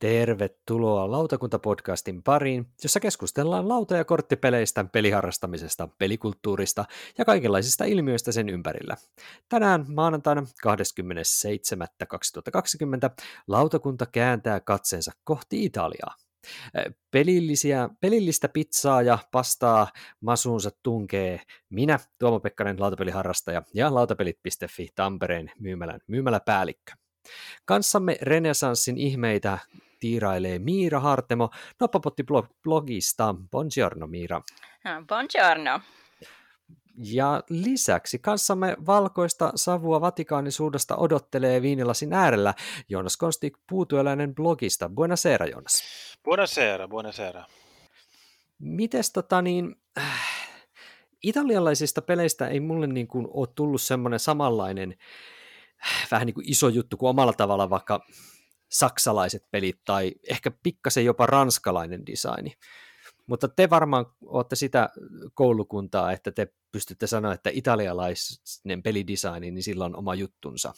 Tervetuloa Lautakunta-podcastin pariin, jossa keskustellaan lauta- ja korttipeleistä, peliharrastamisesta, pelikulttuurista ja kaikenlaisista ilmiöistä sen ympärillä. Tänään maanantaina 27.2020 lautakunta kääntää katseensa kohti Italiaa. Pelillistä pizzaa ja pastaa masuunsa tunkee minä, Tuomo Pekkanen, lautapeliharrastaja ja lautapelit.fi Tampereen myymäläpäällikkö. Kanssamme renesanssin ihmeitä tiirailee Miira Hartemo Noppapotti-blogista. Buongiorno Miira. Buongiorno. Ja lisäksi kanssamme valkoista savua Vatikaanisuudesta odottelee viinilasin äärellä Joonas Konstik puutyöläinen blogista. Buonasera Joonas. Buonasera. Mites italialaisista peleistä ei mulle niin kuin ole tullut semmoinen samanlainen vähän niin kuin iso juttu kuin omalla tavalla vaikka saksalaiset pelit tai ehkä pikkasen jopa ranskalainen designi. Mutta te varmaan olette sitä koulukuntaa, että te pystytte sanoa, että italialainen pelidesigni, niin sillä on oma juttunsa.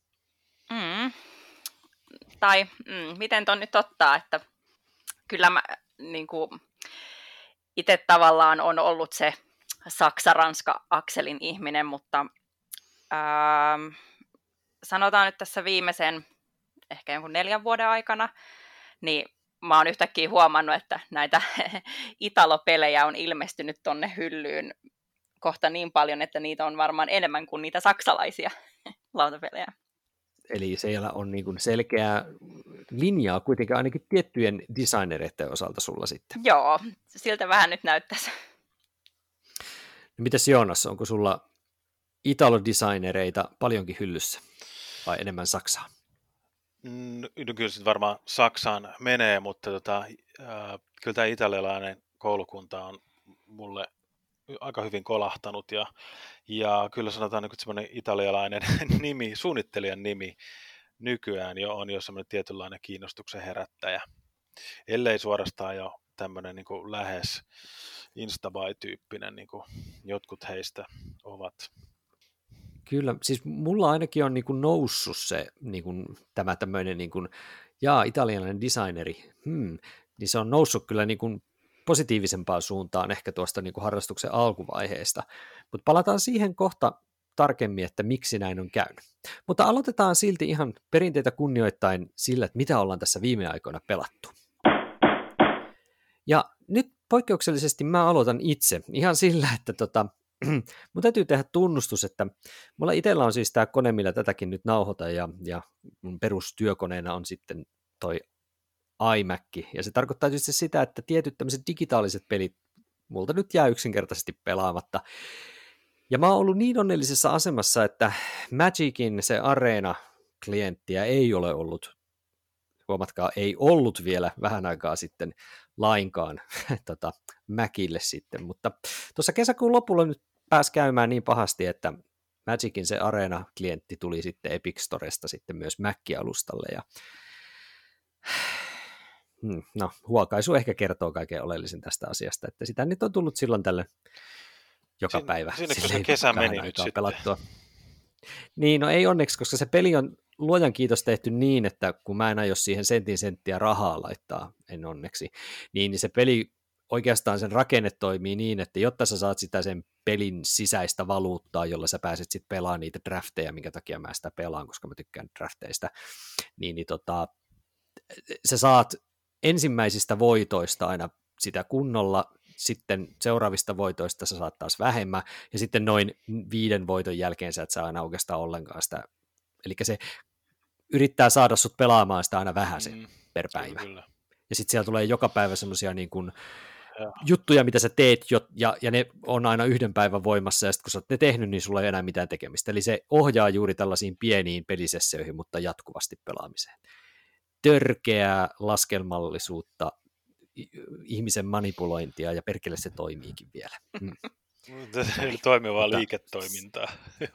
Miten ton nyt ottaa, että kyllä mä niin kuin itse tavallaan on ollut se Saksa-Ranska-akselin ihminen, mutta sanotaan nyt tässä viimeisen ehkä jonkun 4 vuoden aikana, niin mä oon yhtäkkiä huomannut, että näitä italopelejä on ilmestynyt tonne hyllyyn kohta niin paljon, että niitä on varmaan enemmän kuin niitä saksalaisia lautapelejä. Eli siellä on niin kuin selkeää linjaa kuitenkin ainakin tiettyjen designereiden osalta sulla sitten. Joo, siltä vähän nyt näyttäisi. No mitäs Joonas, onko sulla italodesignereita paljonkin hyllyssä vai enemmän Saksaa? No, kyllä sitten varmaan Saksaan menee, mutta kyllä tämä italialainen koulukunta on mulle aika hyvin kolahtanut ja kyllä sanotaan, että semmoinen italialainen nimi, suunnittelijan nimi nykyään on jo semmoinen tietynlainen kiinnostuksen herättäjä, ellei suorastaan jo tämmöinen niin kuin lähes Instabuy-tyyppinen, niin kuin jotkut heistä ovat. Kyllä, siis mulla ainakin on niin kuin noussut se niin kuin, tämä tämmöinen niin kuin, italialainen designeri, niin se on noussut kyllä niin kuin positiivisempaan suuntaan ehkä tuosta niin kuin harrastuksen alkuvaiheesta, mutta palataan siihen kohta tarkemmin, että miksi näin on käynyt. Mutta aloitetaan silti ihan perinteitä kunnioittain sillä, että mitä ollaan tässä viime aikoina pelattu. Ja nyt poikkeuksellisesti mä aloitan itse ihan sillä, että mun täytyy tehdä tunnustus, että mulla itsellä on siis tämä kone, millä tätäkin nyt nauhoitan, ja mun perustyökoneena on sitten toi iMac, ja se tarkoittaa tietysti sitä, että tietyt tämmöiset digitaaliset pelit multa nyt jää yksinkertaisesti pelaamatta. Ja mä oon ollut niin onnellisessa asemassa, että Magicin se Arena-klienttiä ei ole ollut, huomatkaa, ei ollut vielä vähän aikaa sitten lainkaan Macille sitten, mutta tuossa kesäkuun lopulla nyt pääsi käymään niin pahasti, että Magicin se Arena-klientti tuli sitten Epic Storesta sitten myös Mac-alustalle, ja huokaisu ehkä kertoo kaiken oleellisen tästä asiasta, että sitä nyt on tullut silloin tälle joka päivä. Sinne kun se kesä meni nyt sitten. Pelattua. Niin, no ei onneksi, koska se peli on luojan kiitos tehty niin, että kun mä en aio siihen senttiä rahaa laittaa, en onneksi, niin se peli oikeastaan sen rakenne toimii niin, että jotta sä saat sitä sen pelin sisäistä valuuttaa, jolla sä pääset sitten pelaamaan niitä drafteja, minkä takia mä sitä pelaan, koska mä tykkään drafteista, niin sä saat ensimmäisistä voitoista aina sitä kunnolla, sitten seuraavista voitoista sä saat taas vähemmän, ja sitten noin 5 voiton jälkeen sä et saa aina oikeastaan ollenkaan sitä, eli se yrittää saada sut pelaamaan sitä aina vähäsen per päivä. Kyllä. Ja sitten siellä tulee joka päivä semmoisia niin kuin juttuja, mitä sä teet, ja ne on aina 1 päivän voimassa, ja sitten kun sä oot ne tehnyt, niin sulla ei enää mitään tekemistä. Eli se ohjaa juuri tällaisiin pieniin pelisessioihin, mutta jatkuvasti pelaamiseen. Törkeää laskelmallisuutta, ihmisen manipulointia, ja perkele se toimiikin vielä. Toimivaa liiketoimintaa.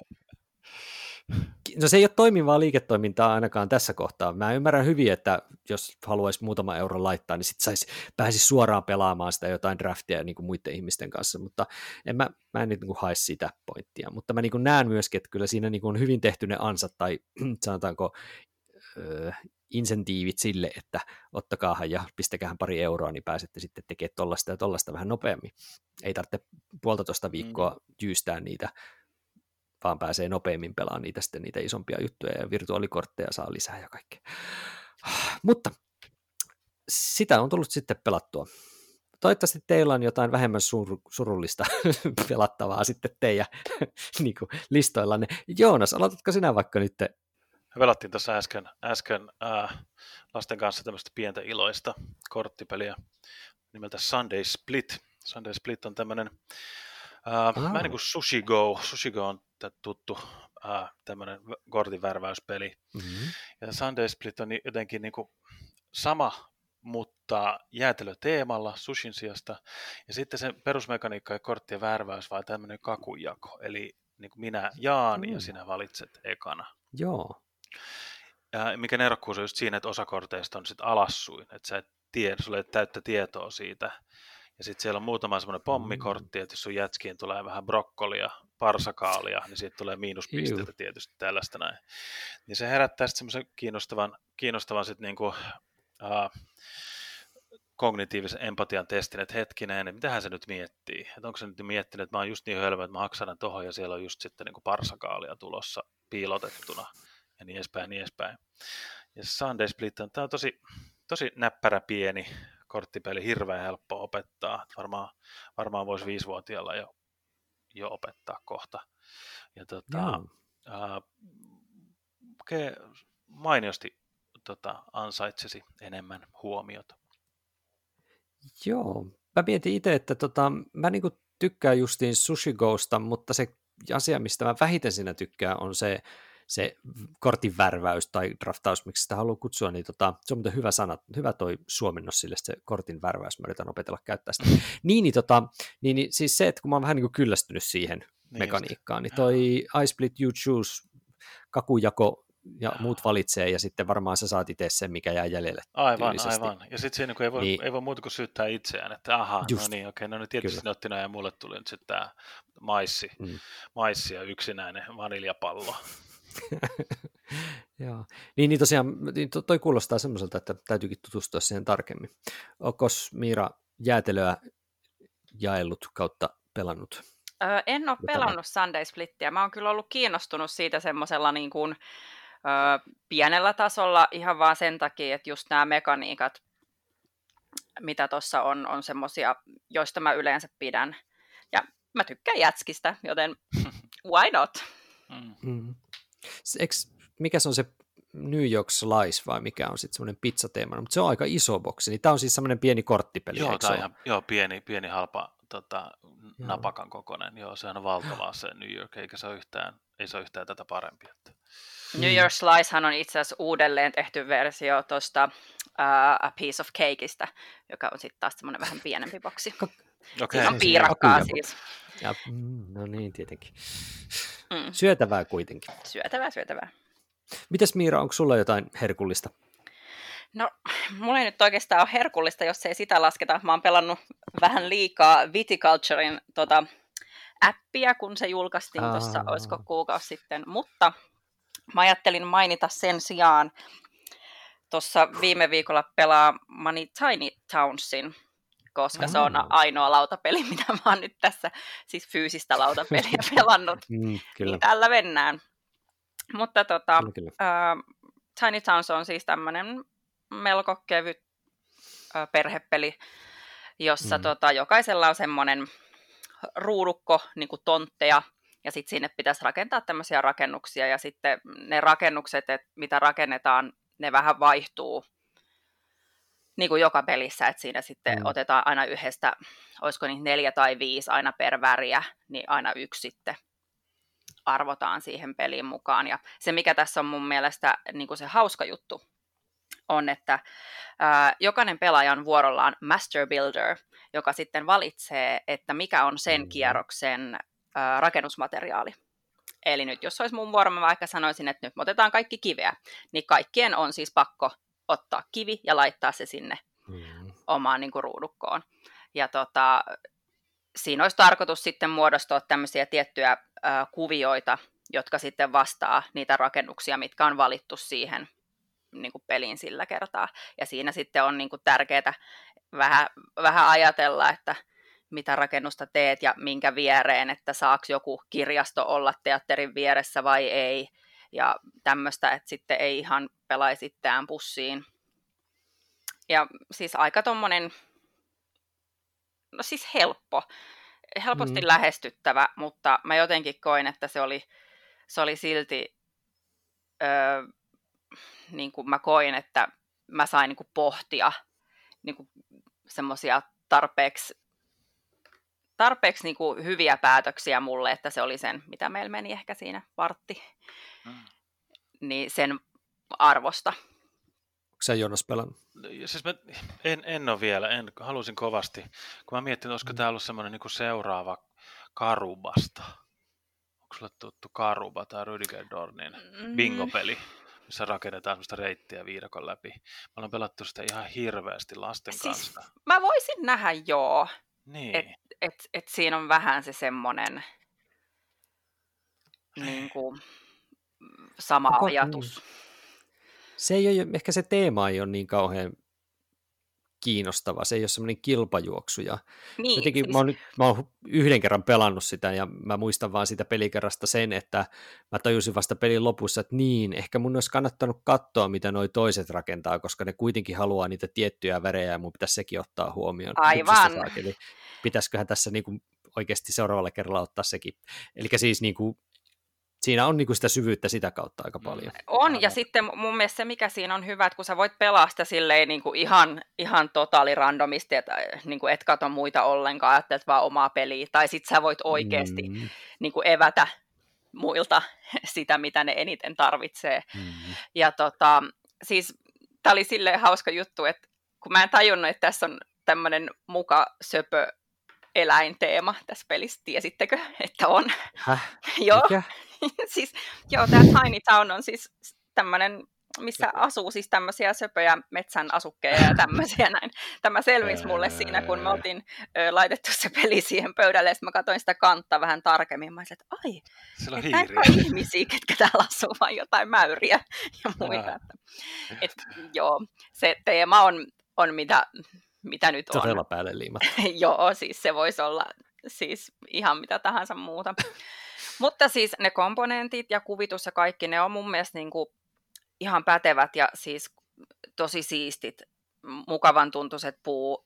No se ei ole toimivaa liiketoimintaa ainakaan tässä kohtaa. Mä ymmärrän hyvin, että jos haluaisi muutama euro laittaa, niin sitten pääsisi suoraan pelaamaan sitä jotain draftia niin kuin muiden ihmisten kanssa, mutta mä en nyt niin kuin hae sitä pointtia. Mutta mä niin kuin näen myöskin, että kyllä siinä niin kuin on hyvin tehty ne ansat, tai sanotaanko insentiivit sille, että ottakaahan ja pistäkäähän pari euroa, niin pääsette sitten tekemään tollaista ja tollaista vähän nopeammin. Ei tarvitse 1,5 viikkoa jyystää niitä, vaan pääsee nopeammin pelaamaan niitä isompia juttuja ja virtuaalikortteja saa lisää ja kaikkea. Mutta sitä on tullut sitten pelattua. Toivottavasti teillä on jotain vähemmän surullista pelattavaa sitten teidän niin kuin listoillanne. Joonas, aloitatko sinä vaikka nyt? Me pelattiin tuossa äsken lasten kanssa tämmöistä pientä iloista korttipeliä nimeltä Sunday Split. Sunday Split on tämmöinen vähän niin kuin Sushi Go. Sushi Go on tuttu tämmöinen kortin värväyspeli. Mm-hmm. Ja Sunday Split on jotenkin niin kuin sama, mutta jäätelöteemalla sushin sijasta. Ja sitten sen perusmekaniikka ja korttien värväys vaan tämmöinen kakujako. Eli niin kuin minä jaan ja sinä valitset ekana. Joo. Ja mikä nerokkuus on just siinä, että osa korteista on sitten alassuin. Että sä et tiedä, sulla ei ole täyttä tietoa siitä. Ja sitten siellä on muutama semmoinen pommikortti, että jos sun jätskiin tulee vähän brokkolia, parsakaalia, niin siitä tulee miinuspisteitä tietysti tällaista näin. Niin se herättää sitten semmoisen kiinnostavan sitten niinku kognitiivisen empatian testin, että hetkinen, niin mitähän se nyt miettii? Että onko se nyt miettinyt, että mä oon just niin hölmö, että mä haksanan tohon ja siellä on just sitten niin kuin parsakaalia tulossa piilotettuna ja niin edespäin. Ja Sunday Split on, tää on tosi näppärä pieni korttipeli, hirveän helppo opettaa. Varmaan voisi 5-vuotiaalla jo opettaa kohta. Ja mainiosti ansaitsesi enemmän huomiota. Joo, mä mietin itse, että mä niinku tykkään justiin Sushi Gosta, mutta se asia, mistä mä vähiten siinä tykkään, on se kortin värväys tai draftaus, miksi sitä haluaa kutsua, niin se on muuten hyvä sana, hyvä toi suomennos sille, se kortin värväys, mä yritän opetella käyttää sitä. Niin siis se, että kun mä oon vähän niin kuin kyllästynyt siihen mekaniikkaan, niin toi I Split You Choose kakujako ja muut valitsee, ja sitten varmaan sä saat itse sen, mikä jää jäljelle. Aivan. Ja sitten siinä ei voi muuta kuin syyttää itseään, että no nyt tietysti ne otti näin, ja mulle tuli nyt sitten tämä maissi ja yksinäinen vaniljapallo. Joo. Niin tosiaan, toi kuulostaa semmoiselta, että täytyykin tutustua siihen tarkemmin. Onko Miira jäätelöä jaellut kautta pelannut? En ole pelannut Sunday Splittiä. Mä oon kyllä ollut kiinnostunut siitä semmoisella niin kuin pienellä tasolla ihan vaan sen takia, että just nämä mekaniikat, mitä tuossa on semmoisia, joista mä yleensä pidän. Ja mä tykkään jätskistä, joten why not? Mikä se on se New York Slice vai mikä on sitten semmoinen pizzateema, mutta se on aika iso boksi, niin tämä on siis semmoinen pieni korttipeli. Joo, pieni halpa napakan kokoinen. Joo, se on valtavaa se New York, eikä se ole yhtään tätä parempi. New York Slicehan on itse asiassa uudelleen tehty versio tuosta A Piece of Cakeista, joka on sitten taas semmoinen vähän pienempi boksi. Okay. Se on piirakkaa siis. Ja, no niin, tietenkin. Syötävää kuitenkin. Syötävää. Mites Miira, onko sulla jotain herkullista? No, mulla ei nyt oikeastaan ole herkullista, jos ei sitä lasketa. Mä oon pelannut vähän liikaa Viticulturein appia, kun se julkaistiin tuossa, olisiko kuukausi sitten. Mutta mä ajattelin mainita sen sijaan, tuossa viime viikolla pelaamani Tiny Townsin, koska se on ainoa lautapeli, mitä mä oon nyt tässä, siis fyysistä lautapeliä pelannut. Niin tällä mennään. Mutta Tiny Towns on siis tämmöinen melko kevyt perhepeli, jossa jokaisella on semmoinen ruudukko, niin kuin tontteja, ja sitten sinne pitäisi rakentaa tämmöisiä rakennuksia, ja sitten ne rakennukset, mitä rakennetaan, ne vähän vaihtuu niin kuin joka pelissä, että siinä sitten otetaan aina yhdestä, olisiko niin 4 tai 5 aina per väriä, niin aina yksi sitten arvotaan siihen peliin mukaan. Ja se, mikä tässä on mun mielestä niin kuin se hauska juttu, on, että jokainen pelaaja on vuorollaan Master Builder, joka sitten valitsee, että mikä on sen kierroksen rakennusmateriaali. Eli nyt jos olisi mun vuoro, mä vaikka sanoisin, että nyt me otetaan kaikki kiveä, niin kaikkien on siis pakko ottaa kivi ja laittaa se sinne omaan niin kuin ruudukkoon. Ja siinä olisi tarkoitus sitten muodostaa tämmöisiä tiettyjä kuvioita, jotka sitten vastaa niitä rakennuksia, mitkä on valittu siihen niin kuin pelin sillä kertaa. Ja siinä sitten on niin kuin tärkeää vähän ajatella, että mitä rakennusta teet ja minkä viereen, että saako joku kirjasto olla teatterin vieressä vai ei. Ja tämmöistä, että sitten ei ihan pelaisi itseään pussiin. Ja siis aika tommonen, no siis helposti lähestyttävä, mutta mä jotenkin koin, että se oli silti, niin kuin mä koin, että mä sain niin kuin pohtia niin kuin semmoisia tarpeeksi niin kuin hyviä päätöksiä mulle, että se oli sen, mitä meillä meni ehkä siinä vartti, niin sen arvosta. Onko sä Joonas pelannut? Siis mä en ole vielä, halusin kovasti, kun mä mietin, olisiko tää ollut semmoinen niin kuin seuraava Karubasta. Onko sulle tuttu Karuba tai Rüdiger Dornin bingopeli, missä rakennetaan semmoista reittiä viidakon läpi. Mä olen pelattu sitä ihan hirveästi lasten kanssa. Mä voisin nähdä joo, niin. että siinä on vähän se semmoinen niin kuin sama ajatus. Se ei ole, ehkä se teema ei ole niin kauhean kiinnostava, se ei ole semmoinen kilpajuoksu. Ja niin, jotenkin siis... mä oon yhden kerran pelannut sitä ja mä muistan vaan sitä pelikerrasta sen, että mä tajusin vasta pelin lopussa, että niin, ehkä mun olisi kannattanut katsoa, mitä noi toiset rakentaa, koska ne kuitenkin haluaa niitä tiettyjä värejä ja mun pitäisi sekin ottaa huomioon. Aivan. Eli pitäisiköhän tässä niinku oikeasti seuraavalla kerralla ottaa sekin. Eli siis niinku siinä on niinku sitä syvyyttä sitä kautta aika paljon. On, ja sitten mun mielestä se, mikä siinä on hyvä, että kun sä voit pelaa sitä silleen niin kuin ihan totaali randomisti, että niin kuin et katso muita ollenkaan, ajattelet vaan omaa peliä, tai sit sä voit oikeasti niin kuin evätä muilta sitä, mitä ne eniten tarvitsee. Ja siis tää oli silleen hauska juttu, että kun mä en tajunnut, että tässä on tämmönen muka söpö eläinteema tässä pelissä, tiesittekö, että on? Häh? Joo. Mikä? Siis, joo, tämä Tiny Town on siis tämmöinen, missä asuu siis tämmöisiä söpöjä metsän asukkeja ja tämmöisiä näin. Tämä selvisi mulle siinä, kun me oltiin laitettu se peli siihen pöydälle, ja sitten mä katsoin sitä kantta vähän tarkemmin. Mä olisin, että ai, näitä ihmisiä, ketkä täällä asuu, vaan jotain mäyriä ja muita. Joo, se teema on mitä nyt on. Todella päälle liimattu. Joo, siis se voisi olla siis ihan mitä tahansa muuta. Mutta siis ne komponentit ja kuvitus ja kaikki, ne on mun mielestä niin kuin ihan pätevät ja siis tosi siistit, mukavan tuntuiset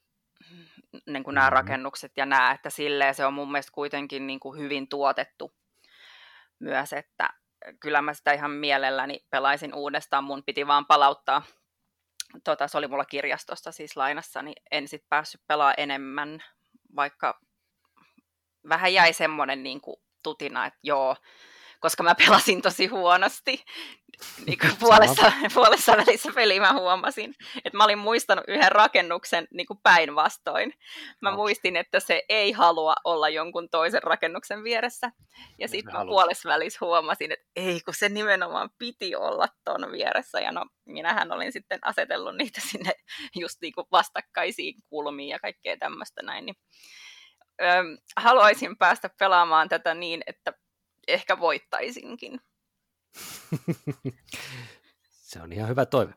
niin kuin nämä rakennukset ja nämä, että silleen se on mun mielestä kuitenkin niin kuin hyvin tuotettu myös, että kyllä mä sitä ihan mielelläni pelaisin uudestaan, mun piti vaan palauttaa, se oli mulla kirjastosta siis lainassa, niin en sit päässyt pelaamaan enemmän, vaikka vähän jäi semmoinen niin kuin tutina, että joo, koska mä pelasin tosi huonosti, niin kuin puolessa välissä peliä mä huomasin, että mä olin muistanut yhden rakennuksen niin kuin päinvastoin. Mä muistin, että se ei halua olla jonkun toisen rakennuksen vieressä, ja sitten mä puolessa välissä huomasin, että ei, kun se nimenomaan piti olla ton vieressä, ja no minähän olin sitten asetellut niitä sinne just niin kuin vastakkaisiin kulmiin ja kaikkea tämmöistä näin, niin haluaisin päästä pelaamaan tätä niin, että ehkä voittaisinkin. Se on ihan hyvä toive.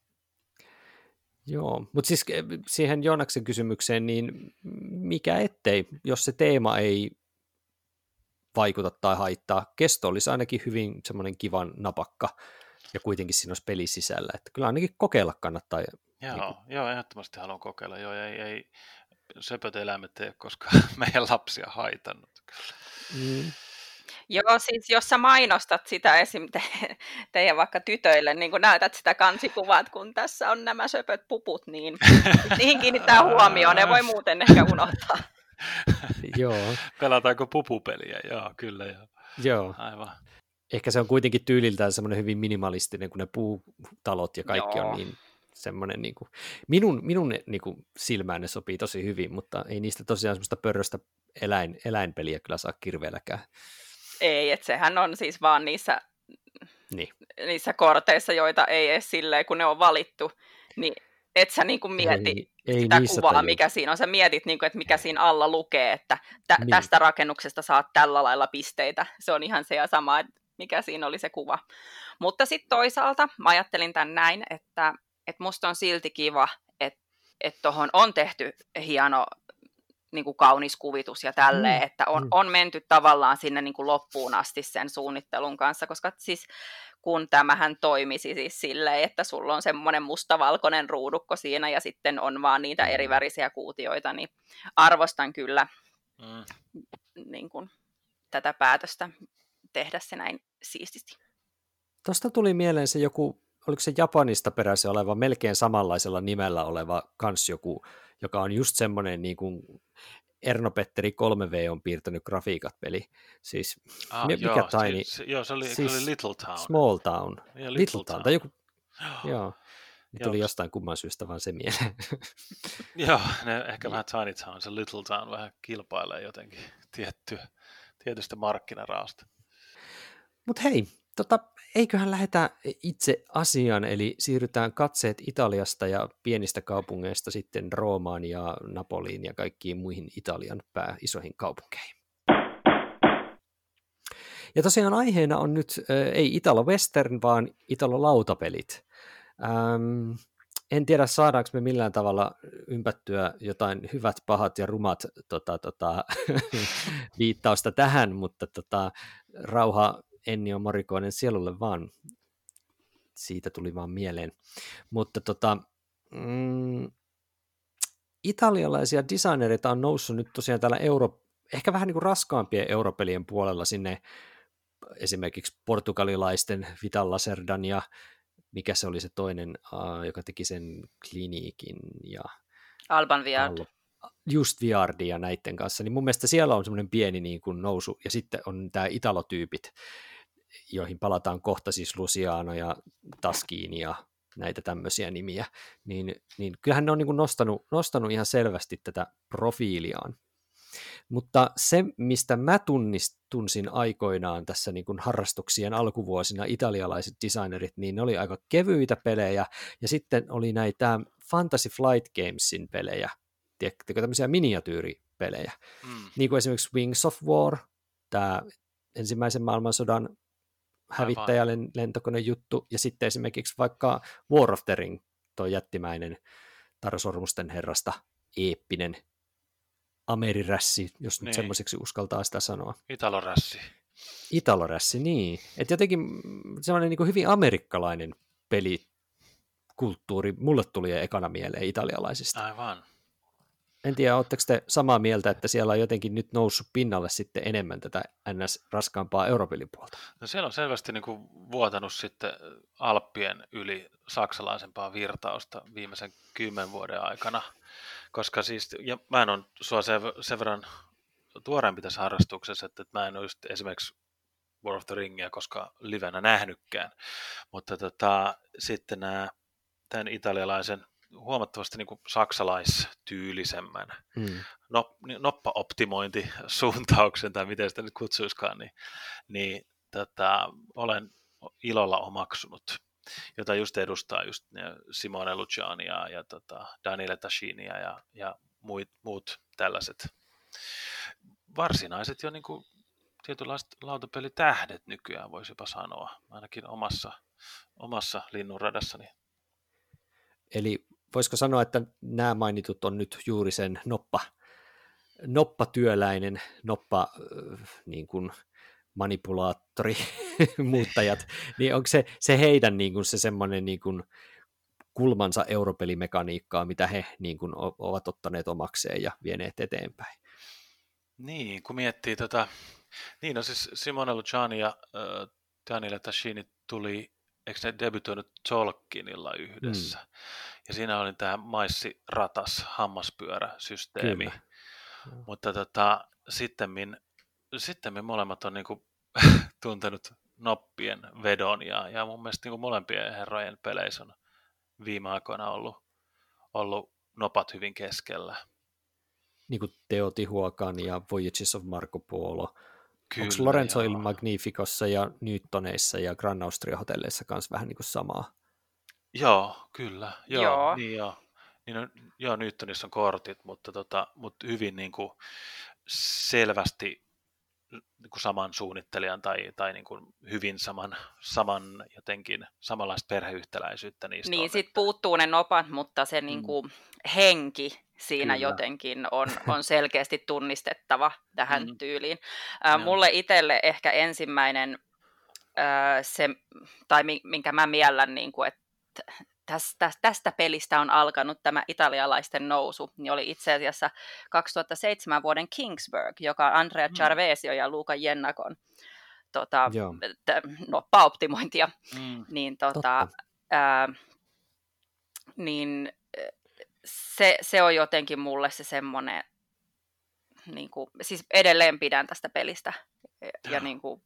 Joo, mutta siis siihen Joonaksen kysymykseen, niin mikä ettei, jos se teema ei vaikuta tai haittaa. Kesto olisi ainakin hyvin semmoinen kivan napakka, ja kuitenkin siinä olisi peli sisällä, että kyllä ainakin kokeilla kannattaa. Joo, ehdottomasti haluan kokeilla. Joo, ei söpöt eläimet ei ole koskaan meidän lapsia haitannut. Joo, siis jos sä mainostat sitä esim. Teidän vaikka tytöille, niin kun näytät sitä kansikuvat, kun tässä on nämä söpöt puput, niin niihin kiinnittää huomioon, ne voi muuten ehkä unohtaa. Joo. Pelataanko pupupeliä? Joo, kyllä. Joo. Aivan. Ehkä se on kuitenkin tyyliltään semmoinen hyvin minimalistinen, kun ne puutalot ja kaikki on niin semmoinen, niin kuin, minun niin kuin, silmään ne sopii tosi hyvin, mutta ei niistä tosiaan semmoista pörröstä eläinpeliä kyllä saa kirveelläkään. Ei, että sehän on siis vaan niissä korteissa, joita ei edes silleen, kun ne on valittu, niin et sä niinku mieti sitä kuvaa, mikä siinä on. Sä mietit, niinku, että mikä siinä alla lukee, että tästä rakennuksesta saat tällä lailla pisteitä. Se on ihan se ja sama, että mikä siinä oli se kuva. Mutta sitten toisaalta mä ajattelin tämän näin, että musta on silti kiva, että tuohon on tehty hieno niin kuin kaunis kuvitus ja tälleen, että on menty tavallaan sinne niin kuin loppuun asti sen suunnittelun kanssa, koska siis kun tämähän toimisi siis silleen, että sulla on semmoinen mustavalkoinen ruudukko siinä ja sitten on vaan niitä erivärisiä kuutioita, niin arvostan kyllä niin kuin tätä päätöstä tehdä se näin siististi. Tuosta tuli mieleen se joku, oliko se Japanista peräisin oleva, melkein samanlaisella nimellä oleva kans joku, joka on just semmoinen niin kuin Erno-Petteri 3V on piirtänyt grafiikat-peli. Siis, mikä Tiny? Se oli Little Town. Small Town. Little Town. Tai joku, joo. Tuli jostain kumman syystä vaan se mieleen. Joo, ehkä vähän Tiny Town, se Little Town vähän kilpailee jotenkin tietystä markkinaraasta. Mutta hei, eiköhän lähdetä itse asiaan, eli siirrytään katseet Italiasta ja pienistä kaupungeista sitten Roomaan ja Napoliin ja kaikkiin muihin Italian isoihin kaupunkeihin. Ja tosiaan aiheena on nyt ei Italo Western, vaan Italo lautapelit. En tiedä, saadaanko me millään tavalla ympättyä jotain hyvät, pahat ja rumat viittausta tähän, mutta rauha Ennio Morriconen sielulle vaan, siitä tuli vaan mieleen. Mutta italialaisia designereita on noussut nyt tosiaan täällä ehkä vähän niin kuin raskaampien europelien puolella sinne esimerkiksi portugalilaisten Vital Lacerdan ja mikä se oli se toinen, joka teki sen Kliniikin ja Alban Viard. Just Viardi ja näiden kanssa, niin mun mielestä siellä on semmoinen pieni niin kuin nousu, ja sitten on tämä italotyypit, joihin palataan kohta, siis Luciano ja Taschini ja näitä tämmöisiä nimiä, niin kyllähän ne on niin kuin nostanut ihan selvästi tätä profiiliaan. Mutta se, mistä mä tunsin aikoinaan tässä niin kuin harrastuksien alkuvuosina italialaiset designerit, niin ne oli aika kevyitä pelejä, ja sitten oli näitä Fantasy Flight Gamesin pelejä, tiedättekö, tämmöisiä miniatyyripelejä, niin kuin esimerkiksi Wings of War, tämä ensimmäisen maailmansodan hävittäjälen lentokonejuttu, ja sitten esimerkiksi vaikka War of the Ring, tuo jättimäinen Taro Sormusten herrasta eeppinen Amerirässi, jos nyt semmoiseksi uskaltaa sitä sanoa. Italorässi, niin. Että jotenkin sellainen niin kuin hyvin amerikkalainen pelikulttuuri mulle tuli ekana mieleen italialaisista. Aivan. En tiedä, oletteko te samaa mieltä, että siellä on jotenkin nyt noussut pinnalle sitten enemmän tätä NS-raskaampaa europelipuolta? No siellä on selvästi niin kuin vuotanut sitten Alppien yli saksalaisempaa virtausta viimeisen 10 vuoden aikana, koska siis, ja mä en ole sua sen verran tuoreempi tässä harrastuksessa, että mä en ole just esimerkiksi War of the Ringia koska livenä nähnytkään, mutta sitten tämän italialaisen huomattavasti niin kuin saksalaistyyllisemmän noppa-optimointisuuntauksen, tai miten sitä nyt kutsuiskaan, niin olen ilolla omaksunut, jota just edustaa just Simone Luciania ja Daniele Tascinia ja muut tällaiset varsinaiset jo niin kuin tietynlaiset lautapelitähdet nykyään, voisi jopa sanoa, ainakin omassa linnunradassani. Eli voisiko sanoa, että nämä mainitut on nyt juuri sen noppatyöläinen, niin kuin manipulaattori, muuttajat, niin onko se heidän niin kuin se semmoinen niin kuin kulmansa europelimekaniikkaa, mitä he niin kuin ovat ottaneet omakseen ja vieneet eteenpäin? Niin, kun miettii niin no siis Simone Luciani ja Daniele Tascini tuli, eikö ne debytoinut Tolkienilla yhdessä? Ja siinä oli tämä maissiratas hammaspyöräsysteemi. Mutta sittemmin molemmat on niinku tuntenut noppien vedon ja mun mielestä niinku molempien herrojen peleissä on viime aikoina ollut nopat hyvin keskellä. Niin kuin Teotihuacan ja Voyages of Marco Polo. Onko Lorenzo il Magnificossa ja Newtoneissa ja Grand Austria hotelleissa kanssa vähän niin kuin samaa? Joo, kyllä. Niin Newtonissa on kortit, mutta hyvin niin kuin selvästi niin kuin saman suunnittelijan tai niin kuin hyvin saman jotenkin samanlaista perheyhtäläisyyttä niistä Niin, on. sit puuttuu ne nopat, mutta se niinku henki siinä Kyllä. jotenkin on selkeästi tunnistettava tähän tyyliin. Joo. Mulle itselle ehkä ensimmäinen se, tai minkä mä miellän, niinku, että tästä pelistä on alkanut tämä italialaisten nousu, niin oli itse asiassa 2007 vuoden Kingsburg, joka on Andrea Cervesio ja Luca Jennakon Joo. noppaoptimointia. Niin, Totta. niin se on jotenkin mulle se semmoinen, niin kuin, siis edelleen pidän tästä pelistä. Ja niin kuin,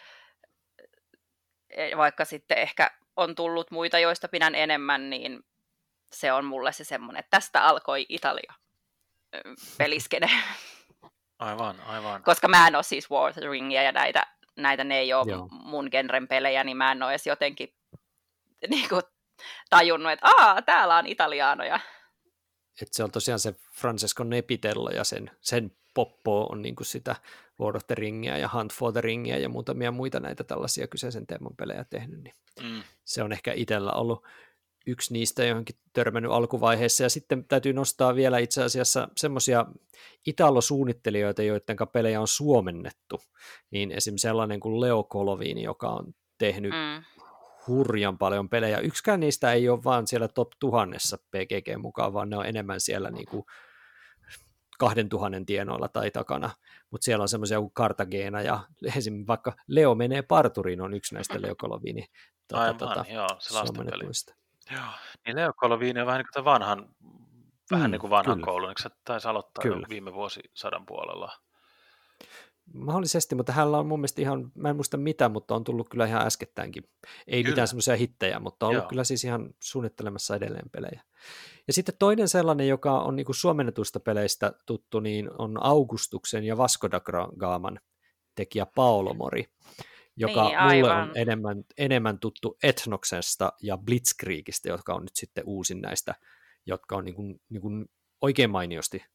vaikka sitten ehkä on tullut muita, joista pidän enemmän, niin se on mulle se semmoinen, että tästä alkoi Italia peliskene. Aivan. Koska mä en ole siis War of the Ringia ja näitä ne ei ole Joo. mun genren pelejä, niin mä en ole edes jotenkin niin kuin tajunnut, että täällä on italiaanoja. Että se on tosiaan se Francesco Nepitello ja sen poppo on niin kuin sitä Lord of the Ringia ja Hunt for the Ringia ja muutamia muita näitä tällaisia kyseisen teeman pelejä tehnyt, niin se on ehkä itsellä ollut yksi niistä johonkin törmännyt alkuvaiheessa, ja sitten täytyy nostaa vielä itse asiassa semmoisia italo-suunnittelijoita, joiden pelejä on suomennettu, niin esimerkiksi sellainen kuin Leo Colovini, joka on tehnyt hurjan paljon pelejä. Yksikään niistä ei ole vaan siellä top 1000 PGG mukaan, vaan ne on enemmän siellä niin kuin 2000 tienoilla tai takana, mutta siellä on semmoisia kuin Cartagena ja esimerkiksi vaikka Leo menee parturiin on yksi näistä Leo Colovini Joo, se lastenpeli. Joo. Niin Leo Colovini on vähän niin kuin vanhan kyllä. koulun, eikö se taisi aloittaa kyllä. jo viime vuosisadan puolella? Mahdollisesti, mutta hänellä on mun mielestä ihan, mä en muista mitä, mutta on tullut kyllä ihan äskettäänkin. Ei kyllä. Mitään semmoisia hittejä, mutta on ollut kyllä siis ihan suunnittelemassa edelleen pelejä. Ja sitten toinen sellainen, joka on niin kuin suomennetuista peleistä tuttu, niin on Augustuksen ja Vasco da Gaman tekijä Paolo Mori, joka niin, mulle on enemmän tuttu Ethnoksesta ja Blitzkriegistä, jotka on nyt sitten uusin näistä, jotka on niin kuin oikein mainiosti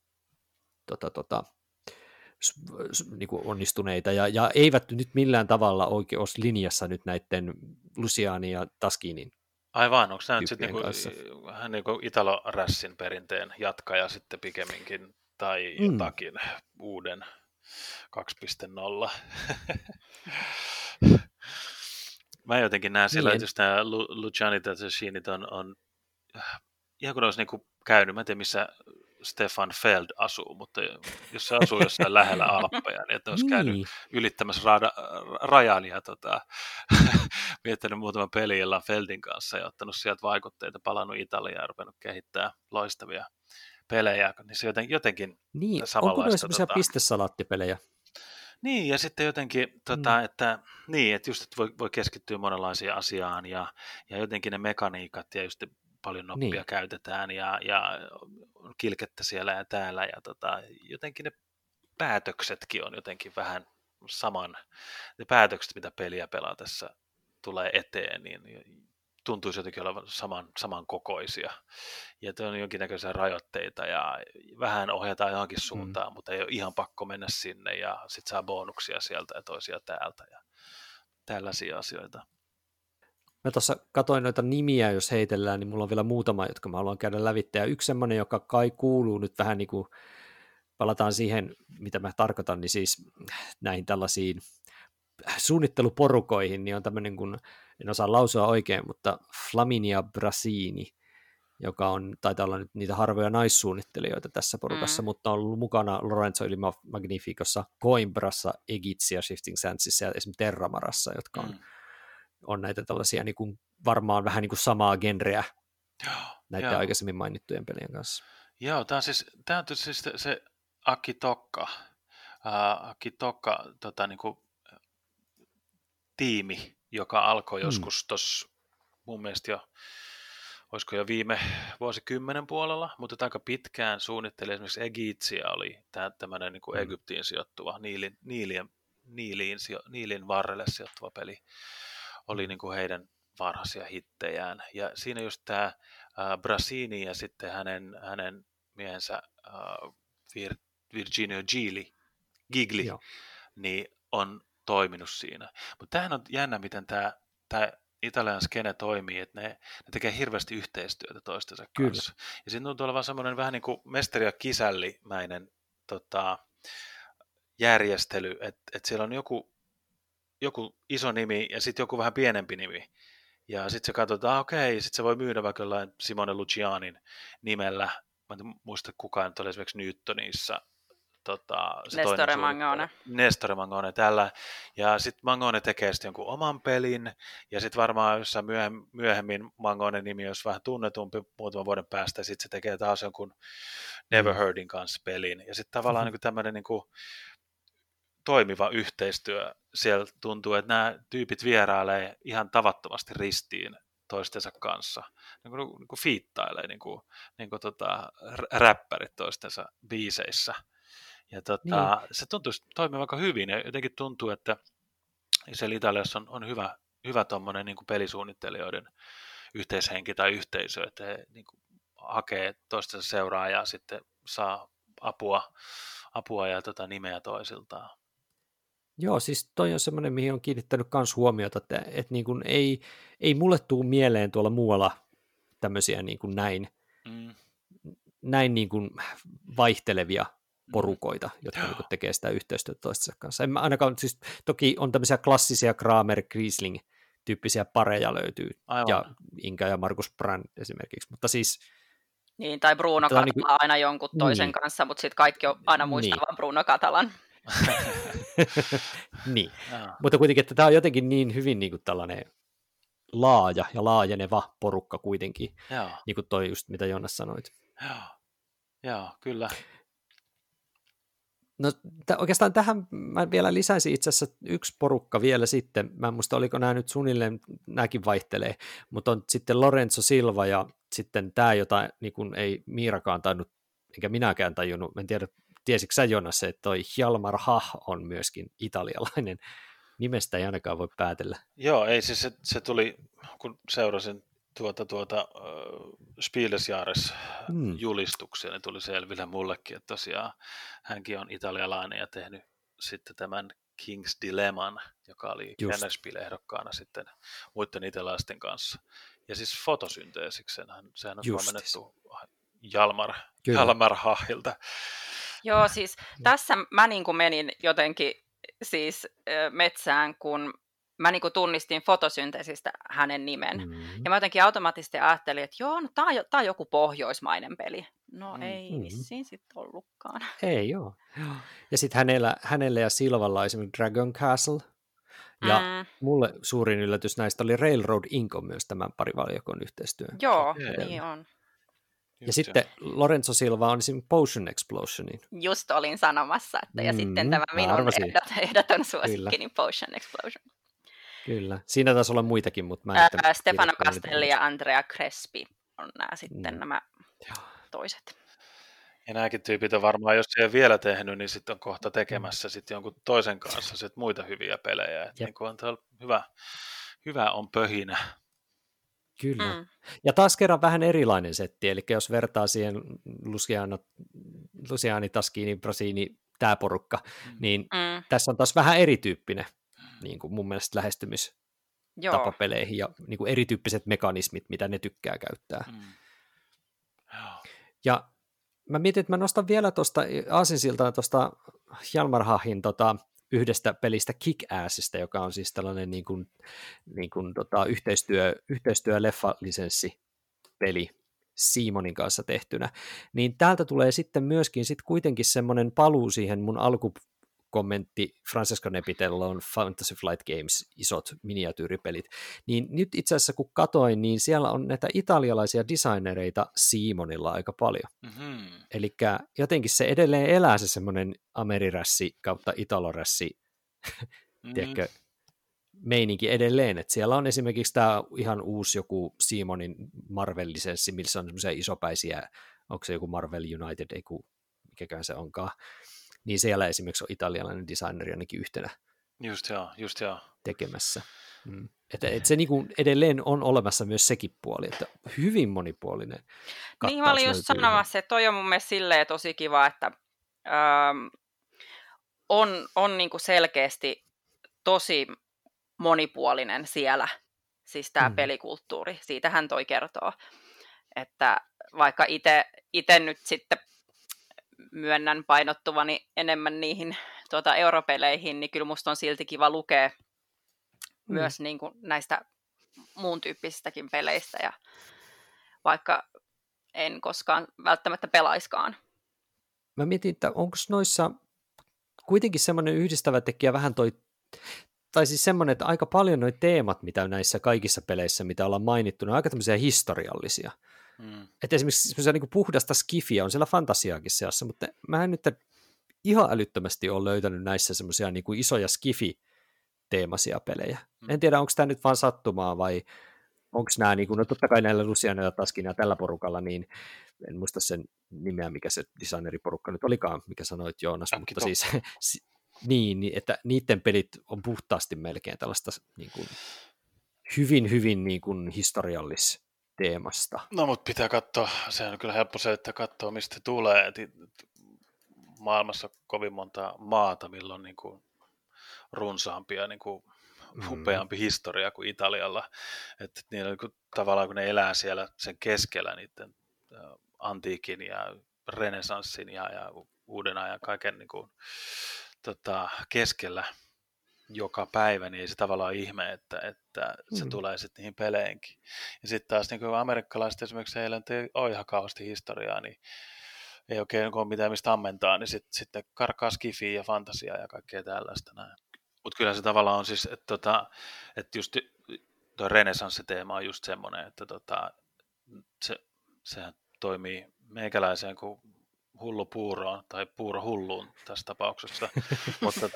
niin kuin onnistuneita, ja eivät nyt millään tavalla oikein ole linjassa nyt näiden Lucianin ja Taskinin. Aivan, onko tämä nyt sitten vähän niin kuin Italo-rässin perinteen jatkaja sitten pikemminkin, tai jotakin uuden 2.0? Mä jotenkin näen sillä, että just nämä Lucianit ja Tascinit on ihan kun olisi niin kuin käynyt, mä en tiedä missä Stefan Feld asuu, mutta jos se asuu jossain lähellä Alppeja, niin että olisi käynyt ylittämässä rajan ja viettänyt muutaman pelin illan Feldin kanssa ja ottanut sieltä vaikutteita, palannut Italiaan ja ruvennut kehittää loistavia pelejä, niin se jotenkin samanlaista. Onko ne sellaisia pistesalaattipelejä? Niin, ja sitten jotenkin, että just että voi keskittyä monenlaisiin asiaan ja jotenkin ne mekaniikat ja just paljon noppia käytetään ja kilkettä siellä ja täällä ja jotenkin ne päätöksetkin on jotenkin vähän ne päätökset, mitä peliä pelaa tässä tulee eteen, niin tuntuisi jotenkin olevan samankokoisia. Ja on jonkinnäköisiä rajoitteita ja vähän ohjataan johonkin suuntaan, mutta ei ole ihan pakko mennä sinne ja sitten saa bonuksia sieltä ja toisia täältä ja tällaisia asioita. Mä tuossa katoin noita nimiä, jos heitellään, niin mulla on vielä muutama, jotka mä haluan käydä lävitse. Ja yksi semmoinen, joka kai kuuluu nyt vähän niin kuin, palataan siihen, mitä mä tarkoitan, niin siis näihin tällaisiin suunnitteluporukoihin, niin on tämmöinen, kun en osaa lausua oikein, mutta Flaminia Brasini, joka taitaa olla nyt niitä harvoja naissuunnittelijoita tässä porukassa, mutta on ollut mukana Lorenzo Il Magnificossa, Coimbrassa, Egitsi ja Shifting Sandsissa ja esimerkiksi Terramarassa, jotka on näitä tällaisia niin kuin, varmaan vähän niin kuin samaa genreä näiden aikaisemmin mainittujen pelien kanssa. Joo, tämä on siis se Aki Tokka niin kuin, tiimi, joka alkoi joskus tuossa mun mielestä olisiko jo viime vuosikymmenen puolella, mutta aika pitkään suunnitteli esimerkiksi Egitsia oli tämmöinen niin kuin Egyptiin sijoittuva, Niilin varrelle sijoittuva peli. Oli niin kuin heidän varhaisia hittejään. Ja siinä just tämä Brasini ja sitten hänen miehensä Virginio Gigli, niin on toiminut siinä. Mutta tämähän on jännä, miten tämä Italian skene toimii, että ne tekee hirveästi yhteistyötä toistensa kanssa. Ja siinä tuntuu olevan semmoinen vähän niin kuin mestari- ja kisällimäinen järjestely, että siellä on joku iso nimi ja sitten joku vähän pienempi nimi. Ja sitten se katsotaan, okei, sitten se voi myydä vaikka jollain Simone Lucianin nimellä. Mä en muista, kuka nyt oli esimerkiksi Newtonissa. Nestore Mangone tällä. Ja sitten Mangone tekee sitten jonkun oman pelin. Ja sitten varmaan jossain myöhemmin Mangonen nimi olisi vähän tunnetumpi muutaman vuoden päästä. Ja sitten se tekee taas jonkun Never Heardin kanssa pelin. Ja sitten tavallaan niin tämmöinen niin toimiva yhteistyö. Siellä tuntuu, että nämä tyypit vierailee ihan tavattomasti ristiin toistensa kanssa. Niin kuin fiittailee niin kuin räppärit toistensa biiseissä. Ja se tuntuu toimia aika hyvin. Ja jotenkin tuntuu, että siellä Italiassa on hyvä tommoinen niin kuin pelisuunnittelijoiden yhteishenki tai yhteisö, että he niin kuin hakee toistensa seuraajaa ja sitten saa apua ja nimeä toisiltaan. Joo, siis toi on semmoinen, mihin on kiinnittänyt myös huomiota, että niin kuin ei mulle tule mieleen tuolla muualla tämmöisiä niin kuin näin niin kuin vaihtelevia porukoita, jotka niin kuin tekee sitä yhteistyötä toistensa kanssa. En mä ainakaan, siis toki on tämmöisiä klassisia Kramer-Griesling-tyyppisiä pareja löytyy, aivan. Ja Inka ja Markus Brand esimerkiksi, mutta siis... Niin, tai Bruno Catala niin kuin, aina jonkun toisen kanssa, mutta sitten kaikki on aina muistaa vaan Bruno Catalan. Niin, mutta kuitenkin, että tämä on jotenkin niin hyvin niin kuin tällainen laaja ja laajeneva porukka kuitenkin, niin kuin toi just mitä Joonas sanoit. Joo, kyllä. No oikeastaan tähän mä vielä lisäisin itse asiassa yksi porukka vielä sitten, mä en muista oliko nämä nyt suunnilleen, nämäkin vaihtelee, mutta on sitten Lorenzo Silva ja sitten tämä, jota niin kuin ei Miirakaan tainnut, enkä minäkään tajunnut, en tiedä, tiesitkö sä Jonas, että toi Hjalmar Hah on myöskin italialainen, nimestä ei ainakaan voi päätellä. Joo, ei siis se tuli, kun seurasin Spielesjahres-julistuksia, niin tuli selville mullekin, että tosiaan hänkin on italialainen ja tehnyt sitten tämän King's Dilemman, joka oli Kennerspiel-ehdokkaana sitten muiden italialaisten kanssa. Ja siis fotosynteesiksi, sehän on suomennettu Hjalmar Hahilta. Joo, siis tässä mä niin kuin menin jotenkin siis metsään, kun mä niin kuin tunnistin fotosynteesistä hänen nimen. Ja mä jotenkin automaattisesti ajattelin, että joo, no tää on joku pohjoismainen peli. No ei vissiin sitten ollutkaan. Ei joo. Ja sitten hänellä ja Silvalla on esimerkiksi Dragon Castle. Ja mulle suurin yllätys näistä oli Railroad Inc. on myös tämän parivaljakon yhteistyö. Joo, niin on. Ja sitten Lorenzo Silva on esimerkiksi Potion Explosionin. Just olin sanomassa, että ja sitten tämä minun ehdoton suosikkini niin Potion Explosion. Kyllä, siinä taisi olla muitakin, mutta mä en Stefano Castelli ja Andrea Crespi on nämä sitten nämä toiset. Ja nämäkin tyypit on varmaan, jos ei ole vielä tehnyt, niin sitten on kohta tekemässä sitten jonkun toisen kanssa sit muita hyviä pelejä. Niin kuin on hyvä on pöhinä. Kyllä. Ja taas kerran vähän erilainen setti, eli jos vertaa siihen Luciani, Taschini, Brasini, tämä porukka, niin tässä on taas vähän erityyppinen niin kuin mun mielestä lähestymistapa peleihin ja niin kuin erityyppiset mekanismit, mitä ne tykkää käyttää. Ja mä mietin, että mä nostan vielä tuosta aasinsiltaan tuosta Hjalmar Hahin yhdestä pelistä Kick-Assista, joka on siis tällainen niin kuin yhteistyö-leffalisenssi-peli Simonin kanssa tehtynä, niin täältä tulee sitten myöskin kuitenkin semmoinen paluu siihen mun alkukommentti Francesco Nepitellon Fantasy Flight Games, isot miniatyyripelit, niin nyt itse asiassa kun katoin, niin siellä on näitä italialaisia designereita Simonilla aika paljon. Eli jotenkin se edelleen elää se semmoinen amerirässi kautta italorässi, tiedätkö, meininki edelleen, että siellä on esimerkiksi tämä ihan uusi joku Simonin Marvel-lisenssi, missä on semmoisia isopäisiä, onko se joku Marvel United, ei kun mikäkään se onkaan, niin siellä esimerkiksi on italialainen designeri ainakin yhtenä just joo. tekemässä. Että se niinku edelleen on olemassa myös sekin puoli, että hyvin monipuolinen kattaus. Niin mä olin just sanomassa, että toi on mun mielestä silleen tosi kiva, että on niin kuin selkeästi tosi monipuolinen siellä, siis tämä pelikulttuuri. Siitähän toi kertoo, että vaikka itse nyt sitten myönnän painottuvani enemmän niihin europeleihin, niin kyllä musta on silti kiva lukea myös niin kuin näistä muun tyyppisistäkin peleistä, ja vaikka en koskaan välttämättä pelaiskaan. Mä mietin, että onko noissa kuitenkin semmoinen yhdistävä tekijä vähän tai siis semmoinen, että aika paljon noi teemat, mitä näissä kaikissa peleissä, mitä ollaan mainittu, ne on aika tämmöisiä historiallisia. Että esimerkiksi semmoisia niin kuin puhdasta skifiä on siellä fantasiaakin seassa, mutta mä en nyt ihan älyttömästi ole löytänyt näissä semmoisia niin kuin isoja skifi-teemaisia pelejä. En tiedä, onko tämä nyt vaan sattumaa vai onko nämä, niin kuin, no totta kai näillä Luciano ja Taskin ja tällä porukalla, niin en muista sen nimeä, mikä se designeriporukka nyt olikaan, mikä sanoit Joonas, mutta siis niin, että niiden pelit on puhtaasti melkein tällaista niin kuin, hyvin niin kuin historiallisteemasta. No, mutta pitää katsoa, se on kyllä helppo se, että katsoo mistä tulee. Maailmassa on kovin monta maata, milloin niin kuin runsaampi ja niin kuin upeampi historia kuin Italialla. Että niillä niin tavallaan, kun ne elää siellä sen keskellä niiden antiikin ja renesanssin ja uuden ajan kaiken niin kuin, keskellä joka päivä, niin ei se tavallaan ihme, että se tulee sitten niihin peleinkin. Ja sitten taas niin kuin amerikkalaiset esimerkiksi heillä on ihan kauheasti historiaa, niin ei oikein ole mitään mistä ammentaa, niin sitten karkaa skifiä ja fantasiaa ja kaikkea tällaista näin. Mutta kyllä se tavallaan on siis, että just tuo renesanssiteema on just semmoinen, että sehän toimii meikäläiseen kuin hullu puuroon tai puuro hulluun tässä tapauksessa, mutta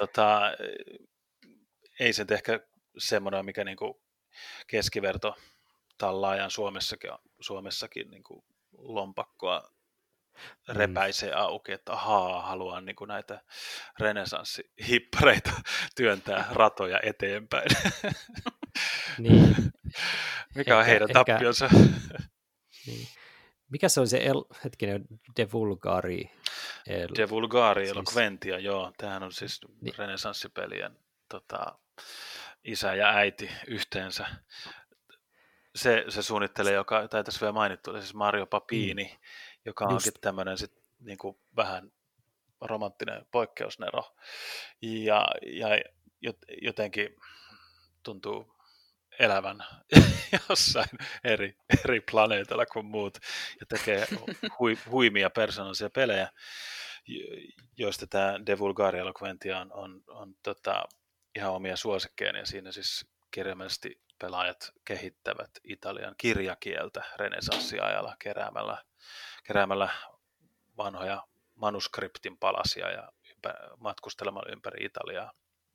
ei se ehkä semmoinen, mikä niinku keskiverto tallaajan Suomessakin niinku lompakkoa repäisee auki, että haluan niinku näitä renesanssihippareita työntää ratoja eteenpäin. Niin. Mikä on heidän tappionsa? Niin. Mikä se on se hetkinen De Vulgari? De Vulgari Eloquentia, joo. Tämähän on siis renesanssipelien isä ja äiti yhteensä. Se suunnittelee, tai tässä vielä mainittu, siis Mario Papini, joka onkin tämmöinen niin kuin vähän romanttinen poikkeusnero. Ja jotenkin tuntuu elävän jossain eri planeetalla kuin muut, ja tekee huimia persoonallisia pelejä, joista tämä De Vulgari Eloquentia on ihan omia suosikkeja, ja siinä siis kirjaimellisesti pelaajat kehittävät Italian kirjakieltä renesanssiajalla keräämällä vanhoja manuskriptin palasia ja matkustelemalla ympäri Italiaa.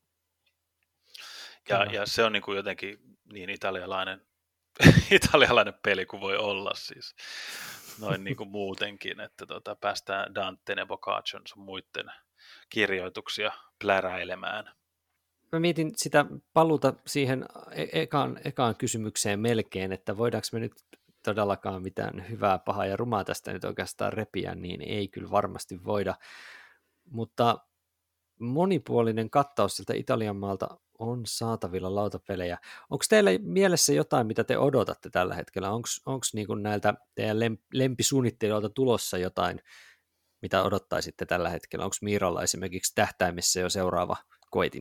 Ja se on niin kuin jotenkin niin italialainen peli kuin voi olla siis. Noin niin kuin muutenkin, että päästään Danten ja Boccaccion sun muiden kirjoituksia pläräilemään. Mä mietin sitä paluuta siihen ekaan kysymykseen melkein, että voidaanko me nyt todellakaan mitään hyvää, pahaa ja rumaa tästä nyt oikeastaan repiä, niin ei kyllä varmasti voida. Mutta monipuolinen kattaus sieltä Italian maalta on saatavilla lautapelejä. Onko teillä mielessä jotain, mitä te odotatte tällä hetkellä? Onko niinku näiltä teidän lempisuunnittelijoilta tulossa jotain, mitä odottaisitte tällä hetkellä? Onko Miiralla esimerkiksi tähtäimessä jo seuraava koetin?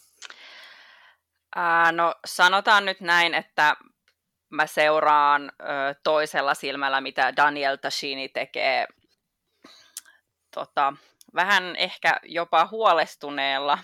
No sanotaan nyt näin, että mä seuraan toisella silmällä, mitä Daniel Tascini tekee vähän ehkä jopa huolestuneella.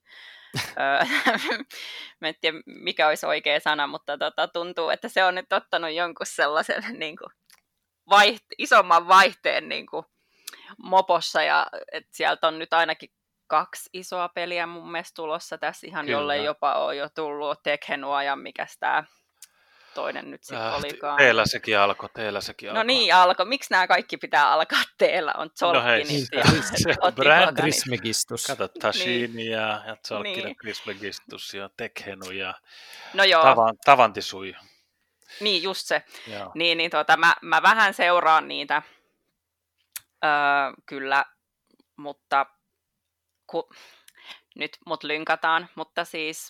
Mä en tiedä, mikä olisi oikea sana, mutta tuntuu, että se on nyt ottanut jonkun sellaisen niin kuin isomman vaihteen niin kuin mopossa, ja että sieltä on nyt ainakin 2 isoa peliä mun mielestä tulossa tässä ihan, jolle jopa on jo tullut Tekhenua, ja mikäs tää toinen nyt sitten olikaan. Teillä sekin alkoi. No niin, alkoi. Miksi nämä kaikki pitää alkaa teillä? On Tzolkkinit ja Brand Trismegistus. Kato, Tascini ja Tzolkkin ja Trismegistus ja Tekhenu ja Tavantisui. Niin, just se. Mä vähän seuraan niitä kyllä, mutta nyt mut lynkataan, mutta siis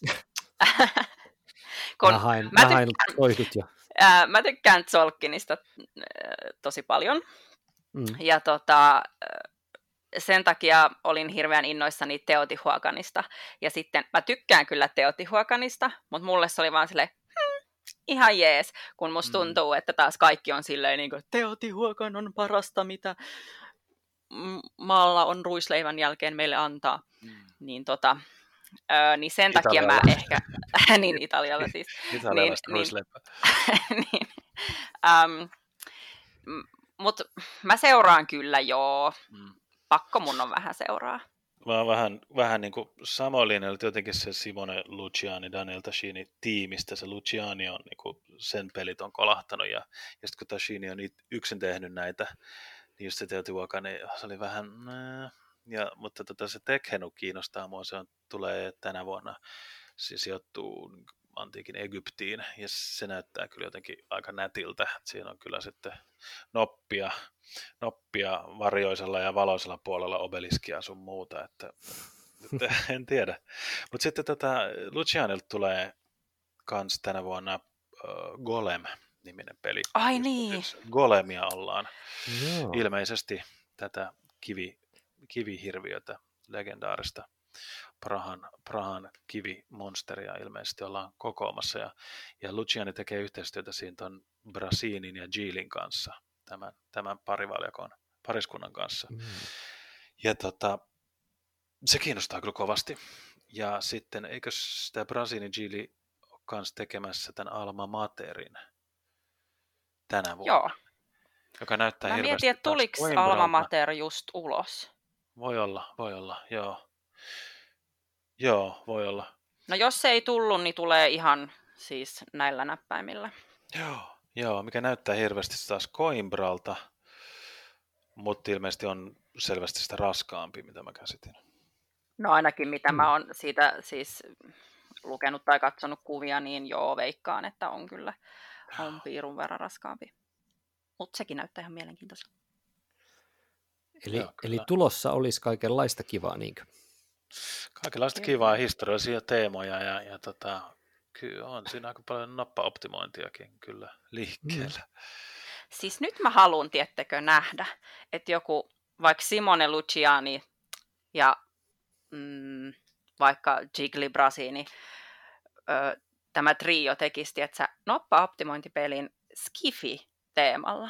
Mä hain toidut jo. Mä tykkään Tzolk'inista tosi paljon. Ja sen takia olin hirveän innoissani Teotihuacanista. Ja sitten mä tykkään kyllä Teotihuacanista, mutta mulle se oli vaan silleen, ihan jees, kun musta tuntuu, että taas kaikki on silleen niin kuin, Teotihuacan on parasta, mitä maalla on ruisleivän jälkeen meille antaa. Niin niin sen takia mä ehkä, niin Italialla siis. Italialaista ruisleipää. Niin, mutta mä seuraan kyllä, joo. Pakko mun on vähän seuraa. Mä oon vähän niin kuin samoin linjalla, jotenkin se Simone Luciani, Daniel Tascini tiimistä, se Luciani on niin kuin sen pelit on kolahtanut, ja sitten kun Tascini on yksin tehnyt näitä, niin just se Teotihuacan, niin se oli vähän, mutta se Tekhenu kiinnostaa mua, se tulee tänä vuonna, se sijoittuu antiikin Egyptiin, ja se näyttää kyllä jotenkin aika nätiltä. Siinä on kyllä sitten noppia varjoisella ja valoisella puolella, obeliskia sun muuta, että en tiedä. Mutta sitten Lucianilta tulee kans tänä vuonna Golem-niminen peli. Ai niin. Golemia ollaan. Ilmeisesti tätä kivihirviötä, legendaarista Prahan kivimonsteria ilmeisesti ollaan kokoamassa, ja Luciani tekee yhteistyötä siinä ton Brasinin ja Gilin kanssa, tämän pariskunnan kanssa. Ja se kiinnostaa kyllä kovasti. Ja sitten eikö sitä Brasinin Gili ole kanssa tekemässä tämän Alma Materin tänä vuonna? Joo. Joka näyttää mä hirveästi. Mietin, että tuliko Alma Mater just ulos? Voi olla, joo. Joo, voi olla. No jos se ei tullut, niin tulee ihan siis näillä näppäimillä. Joo, mikä näyttää hirveästi taas Coimbralta, mutta ilmeisesti on selvästi sitä raskaampi, mitä mä käsitin. No ainakin mitä mä oon siitä siis lukenut tai katsonut kuvia, niin joo, veikkaan, että on kyllä on piirun verran raskaampi. Mutta sekin näyttää ihan mielenkiintoiselta. Eli tulossa olisi kaikenlaista kivaa, niinkö? Kaikenlaista kivaa, historiallisia teemoja ja kyllä on siinä aika paljon nappaoptimointiakin kyllä liikkeellä. Siis nyt mä haluan, tiettekö, nähdä, että joku vaikka Simone Luciani ja vaikka Gigli Brasini, tämä trio tekisi, että sä nappaoptimointipelin Skifi-teemalla.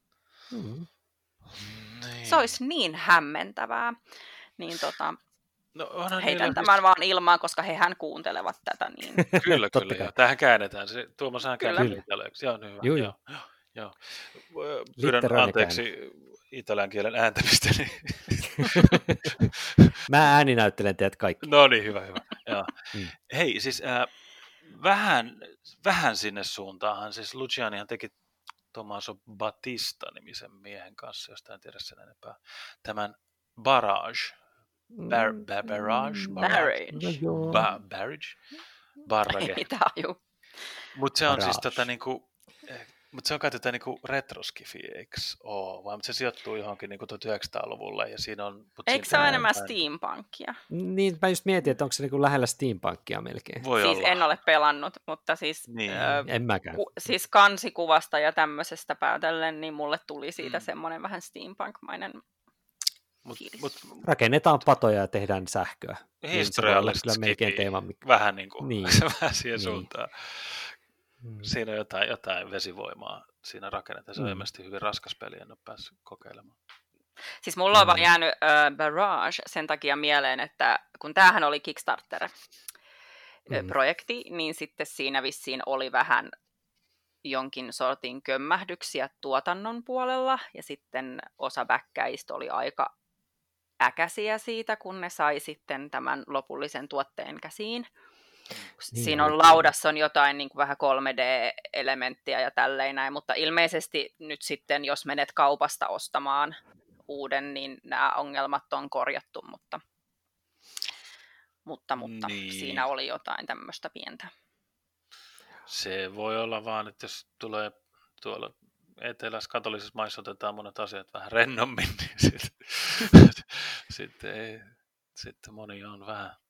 Se olisi niin hämmentävää. Niin heitän tämän vaan ilmaan, koska hehän kuuntelevat tätä. Niin. Kyllä. Tähän käännetään. Tuomassahan käännetään italiaksi. Joo, hyvä. Joo. Pyydän anteeksi italian kielen ääntämistä. Mä ääninäyttelen teidät kaikki. No niin, hyvä. Joo. Hei, siis vähän sinne suuntaan. Siis Lucianihan teki Tommaso Battista-nimisen miehen kanssa, josta en tiedä sen enempää. Tämän Barrage. Barrage. Ei taju. Mutta se on siis mutta se on kai tätä retroskifi, eikö ole? Vai se sijoittuu johonkin 1900-luvulle ja siinä on... Eikö se ole enemmän steampunkia? Niin, mä just mietin, että onko se lähellä steampunkia melkein. Voi siis olla. En ole pelannut, mutta siis... Niin. En mäkään. Siis kansikuvasta ja tämmöisestä päätellen, niin mulle tuli siitä semmoinen vähän steampunk-mainen fiilis. Rakennetaan patoja ja tehdään sähköä. Historiallisesti niin melkein teema. Vähän vähän siihen suuntaan. Siinä on jotain vesivoimaa siinä rakennetaan. Se on ilmeisesti hyvin raskas peli, en ole päässyt kokeilemaan. Siis mulla on vaan jäänyt Barrage sen takia mieleen, että kun tämähän oli Kickstarter-projekti, niin sitten siinä vissiin oli vähän jonkin sortin kömmähdyksiä tuotannon puolella, ja sitten osa backäistä oli aika äkäisiä siitä, kun ne sai sitten tämän lopullisen tuotteen käsiin. Siinä on laudassa on jotain niin kuin vähän 3D-elementtiä ja tälleen näin, mutta ilmeisesti nyt sitten, jos menet kaupasta ostamaan uuden, niin nämä ongelmat on korjattu, mutta niin. Siinä oli jotain tämmöistä pientä. Se voi olla vaan, että jos tulee tuolla etelässä katolisissa maissa otetaan monet asiat vähän rennommin, niin sitten moni on vähän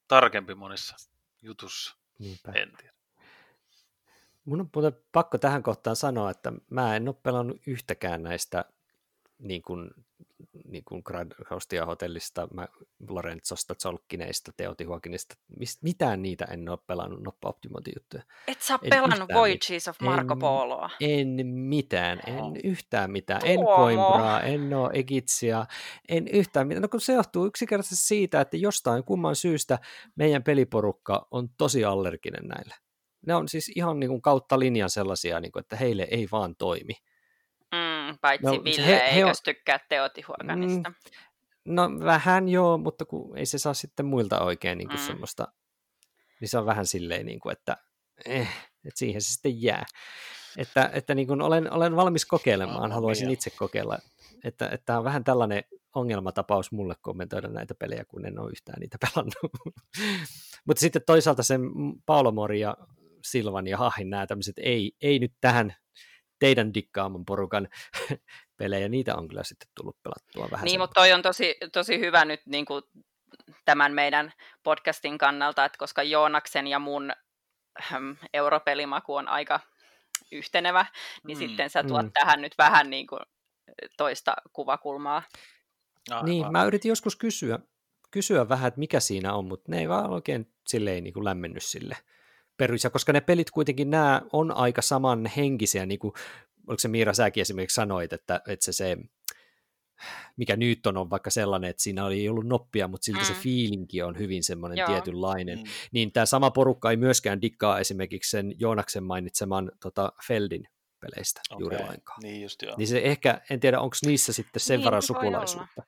tarkempi monissa jutussa. Niinpä. En tiedä. Mun on muuten pakko tähän kohtaan sanoa, että mä en ole pelannut yhtäkään näistä niin kuin Grand Hostia hotellista, Lorenzosta, Zolkineista, Teotihuakinista, mitään niitä en ole pelannut noppa-optimointijuttuja. Et sä ole pelannut Voyages of Marco Poloa? En mitään, en yhtään mitään. En Tuomo. Coimbraa, en ole Egitsia, en yhtään mitään. No kun se johtuu yksinkertaisesti siitä, että jostain kumman syystä meidän peliporukka on tosi allerginen näille. Ne on siis ihan niin kuin kautta linjan sellaisia, niin kuin, että heille ei vaan toimi. Paitsi No, Ville eikös tykkää Teotihuacanista. No vähän joo, mutta kun ei se saa sitten muilta oikein niin kuin semmoista, niin se on vähän silleen, niin kuin, että siihen se sitten jää. Että niin kuin olen valmis kokeilemaan, haluaisin itse kokeilla, että tämä on vähän tällainen ongelmatapaus mulle kommentoida näitä pelejä, kun en ole yhtään niitä pelannut. Mutta sitten toisaalta sen Paolo Mori ja Silvan ja Hahin nämä tämmöiset ei nyt tähän teidän dikkaaman porukan pelejä, niitä on kyllä sitten tullut pelattua vähän. Niin, mutta toi on tosi hyvä nyt niin kuin tämän meidän podcastin kannalta, että koska Joonaksen ja mun europelimaku on aika yhtenevä, niin sitten sä tuot tähän nyt vähän niin kuin toista kuvakulmaa. Niin, mä yritin joskus kysyä vähän, että mikä siinä on, mutta ne ei vaan oikein silleen niin kuin lämmennyt sille perus. Koska ne pelit kuitenkin nämä on aika samanhenkisiä, niin kuin, oliko se Miira säkin esimerkiksi sanoit, että se mikä nyt on vaikka sellainen, että siinä ei ollut noppia, mutta silti se fiilinki on hyvin semmoinen tietynlainen. Niin tämä sama porukka ei myöskään dikkaa esimerkiksi sen Joonaksen mainitseman Feldin peleistä juuri lainkaan. Niin just joo. Niin se ehkä, en tiedä, onko niissä sitten sen verran sukulaisuutta.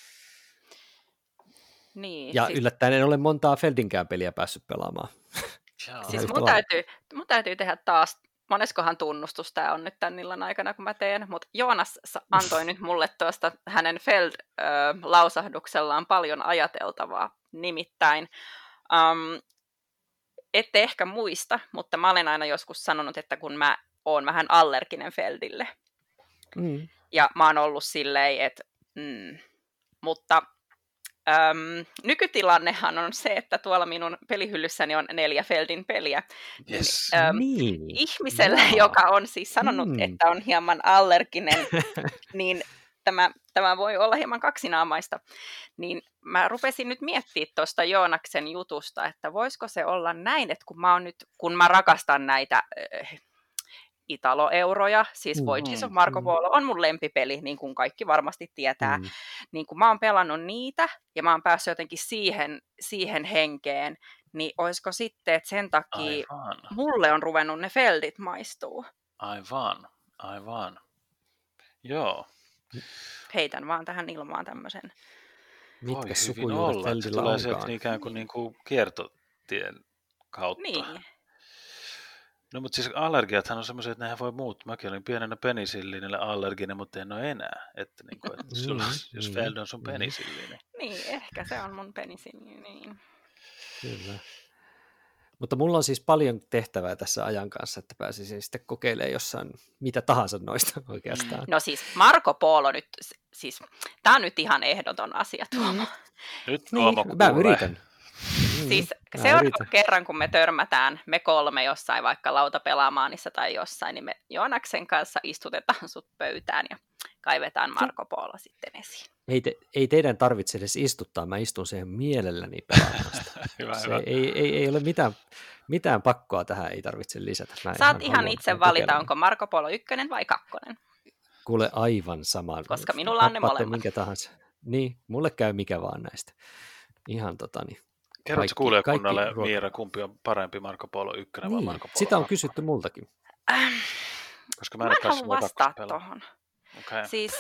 Niin, ja siis yllättäen en ole montaa Feldinkään peliä päässyt pelaamaan. Siis mun täytyy tehdä taas, moneskohan tunnustus tämä on nyt tämän illan aikana, kun mä teen, mutta Joonas antoi nyt mulle tuosta hänen Feld-lausahduksellaan paljon ajateltavaa. Nimittäin, ette ehkä muista, mutta mä olen aina joskus sanonut, että kun mä oon vähän allerginen Feldille. Ja mä oon ollut silleen, että mutta nykytilannehan on se, että tuolla minun pelihyllyssäni on 4 Feldin peliä. Yes. Ihmiselle, joka on siis sanonut, että on hieman allerginen, niin tämä voi olla hieman kaksinaamaista. Niin mä rupesin nyt miettimään tuosta Joonaksen jutusta, että voisiko se olla näin, että kun mä rakastan näitä Italo-euroja, siis Voyages of Marco Polo on mun lempipeli, niin kuin kaikki varmasti tietää. Niin kun mä oon pelannut niitä, ja mä oon päässyt jotenkin siihen henkeen, niin olisiko sitten, että sen takia mulle on ruvennut ne Feldit maistuu. Aivan. Joo. Heitän vaan tähän ilmaan tämmöisen. Mitkä sukujuuret Feldillä onkaan? Se tulee sieltä ikään kuin, kiertotien kautta. Niin. No mutta siis allergiathan on semmoisia, että nehän voi muuttua. Mäkin olin pienenä penisillinen allerginen, mutta en ole enää. Että, että jos Feld on sun penisillinen. Niin, ehkä se on mun penisillinen. Niin. Kyllä. Mutta mulla on siis paljon tehtävää tässä ajan kanssa, että pääsisin sitten kokeilemaan jossain mitä tahansa noista oikeastaan. No siis Marco Polo nyt, siis tää on nyt ihan ehdoton asia, Tuomo. Nyt Tuomo mä yritän. Siis seuraavan kerran, kun me törmätään, me 3 jossain vaikka lautapelaamaanissa tai jossain, niin me Joonaksen kanssa istutetaan sut pöytään ja kaivetaan Marco Polo sitten esiin. Ei teidän tarvitse edes istuttaa, mä istun siihen mielelläni pelaamasta. Hyvä. Ei ole mitään pakkoa tähän, ei tarvitse lisätä. Saat ihan itse valita, onko Marco Polo 1 vai 2. Kuule aivan sama. Koska minulla on ne molemmat. Minkä tahansa. Niin, mulle käy mikä vaan näistä. Ihan Kerrotko kuulijakunnalle, Miira, kumpi on parempi, Marco Polo 1 vai Marco Polo 2? Sitä on kysytty multakin. Koska mä en halua vastata tuohon. Okay. Siis,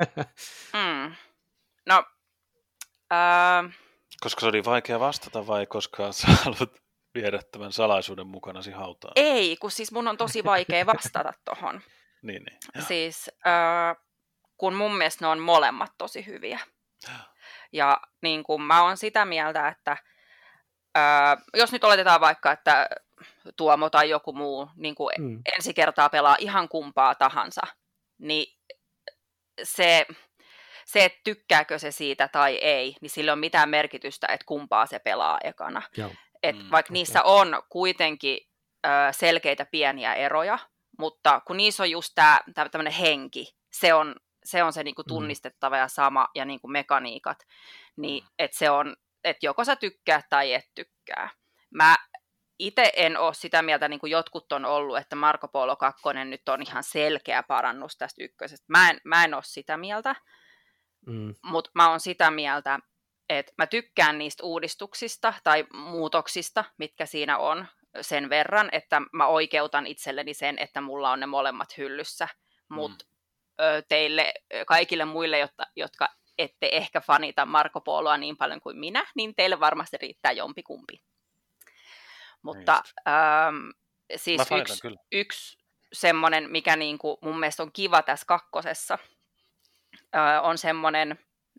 koska se oli vaikea vastata vai koska sä haluat viedä tämän salaisuuden mukanasi hautaan? Ei, kun siis mun on tosi vaikea vastata tuohon. Niin. Siis, kun mun mielestä ne on molemmat tosi hyviä. Ja niin kuin mä oon sitä mieltä, että jos nyt oletetaan vaikka, että Tuomo tai joku muu niin kuin ensi kertaa pelaa ihan kumpaa tahansa, niin se, että tykkääkö se siitä tai ei, niin sillä on mitään merkitystä, että kumpaa se pelaa ekana. Vaikka niissä on kuitenkin selkeitä pieniä eroja, mutta kun niissä on just tämä tämmöinen henki, se on se niinku tunnistettava ja sama, ja niinku mekaniikat, niin että se on, että joko sä tykkää tai et tykkää. Mä itse en ole sitä mieltä, niin kuin jotkut on ollut, että Marco Polo 2 nyt on ihan selkeä parannus tästä ykkösestä. Mä en ole sitä mieltä, mutta mä oon sitä mieltä, että mä tykkään niistä uudistuksista tai muutoksista, mitkä siinä on sen verran, että mä oikeutan itselleni sen, että mulla on ne molemmat hyllyssä. Mutta teille kaikille muille, jotka ette ehkä fanita Marco Poloa niin paljon kuin minä, niin teille varmasti riittää jompikumpi. Mutta siis yksi semmoinen, mikä niinku mun mielestä on kiva tässä kakkosessa, on semmoinen,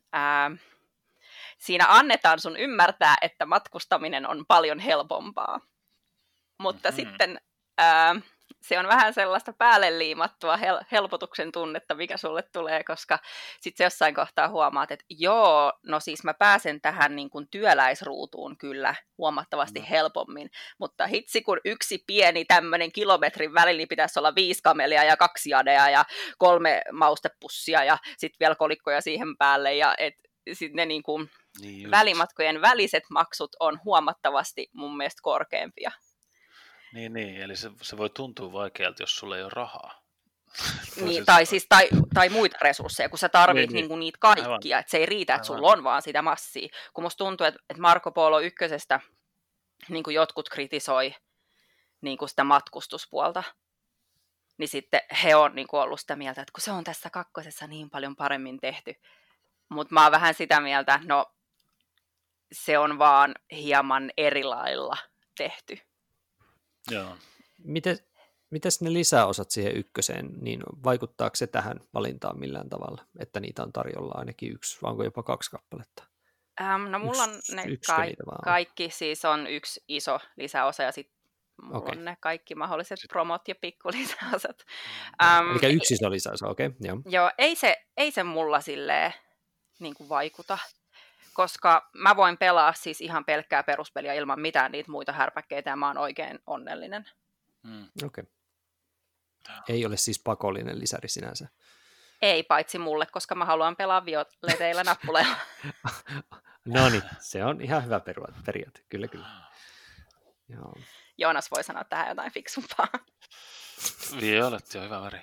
siinä annetaan sun ymmärtää, että matkustaminen on paljon helpompaa. Mutta sitten se on vähän sellaista päälle liimattua helpotuksen tunnetta, mikä sulle tulee, koska sitten se jossain kohtaa huomaat, että joo, no siis mä pääsen tähän niin kuin työläisruutuun kyllä huomattavasti helpommin, mutta hitsi kun yksi pieni tämmöinen kilometrin väli, niin pitäisi olla 5 kamelia ja 2 jadea ja 3 maustepussia ja sitten vielä kolikkoja siihen päälle, ja sitten ne niin kuin välimatkojen väliset maksut on huomattavasti mun mielestä korkeampia. Niin, eli se voi tuntua vaikealta, jos sulla ei ole rahaa. Niin, tai muita resursseja, kun sä tarvit niin. Niitä kaikkia, että se ei riitä, että sulla on vaan sitä massia. Kun musta tuntuu, että Marco Polo ykkösestä niin kuin jotkut kritisoi niin kuin sitä matkustuspuolta, niin sitten he on niin kuin ollut sitä mieltä, että kun se on tässä kakkosessa niin paljon paremmin tehty. Mutta mä oon vähän sitä mieltä, että no se on vaan hieman eri lailla tehty. Joo. Mites ne lisäosat siihen ykköseen, niin vaikuttaako se tähän valintaan millään tavalla, että niitä on tarjolla ainakin 1, vai onko jopa 2 kappaletta? No mulla on ne kaikki, siis on 1 iso lisäosa ja sitten mulla on ne kaikki mahdolliset promot ja pikkulisäosat. Eli 1 iso lisäosa, okei. Joo, ei se mulla silleen niin kuin vaikuta, koska mä voin pelaa siis ihan pelkkää peruspeliä ilman mitään niitä muita härpäkkeitä, ja mä oon oikein onnellinen. Okei. Ei ole siis pakollinen lisäri sinänsä. Ei, paitsi mulle, koska mä haluan pelaa violeteillä nappuleilla. No niin, se on ihan hyvä periaate, kyllä. Joo. Joonas voi sanoa tähän jotain fiksumpaa. Violetti on hyvä väri.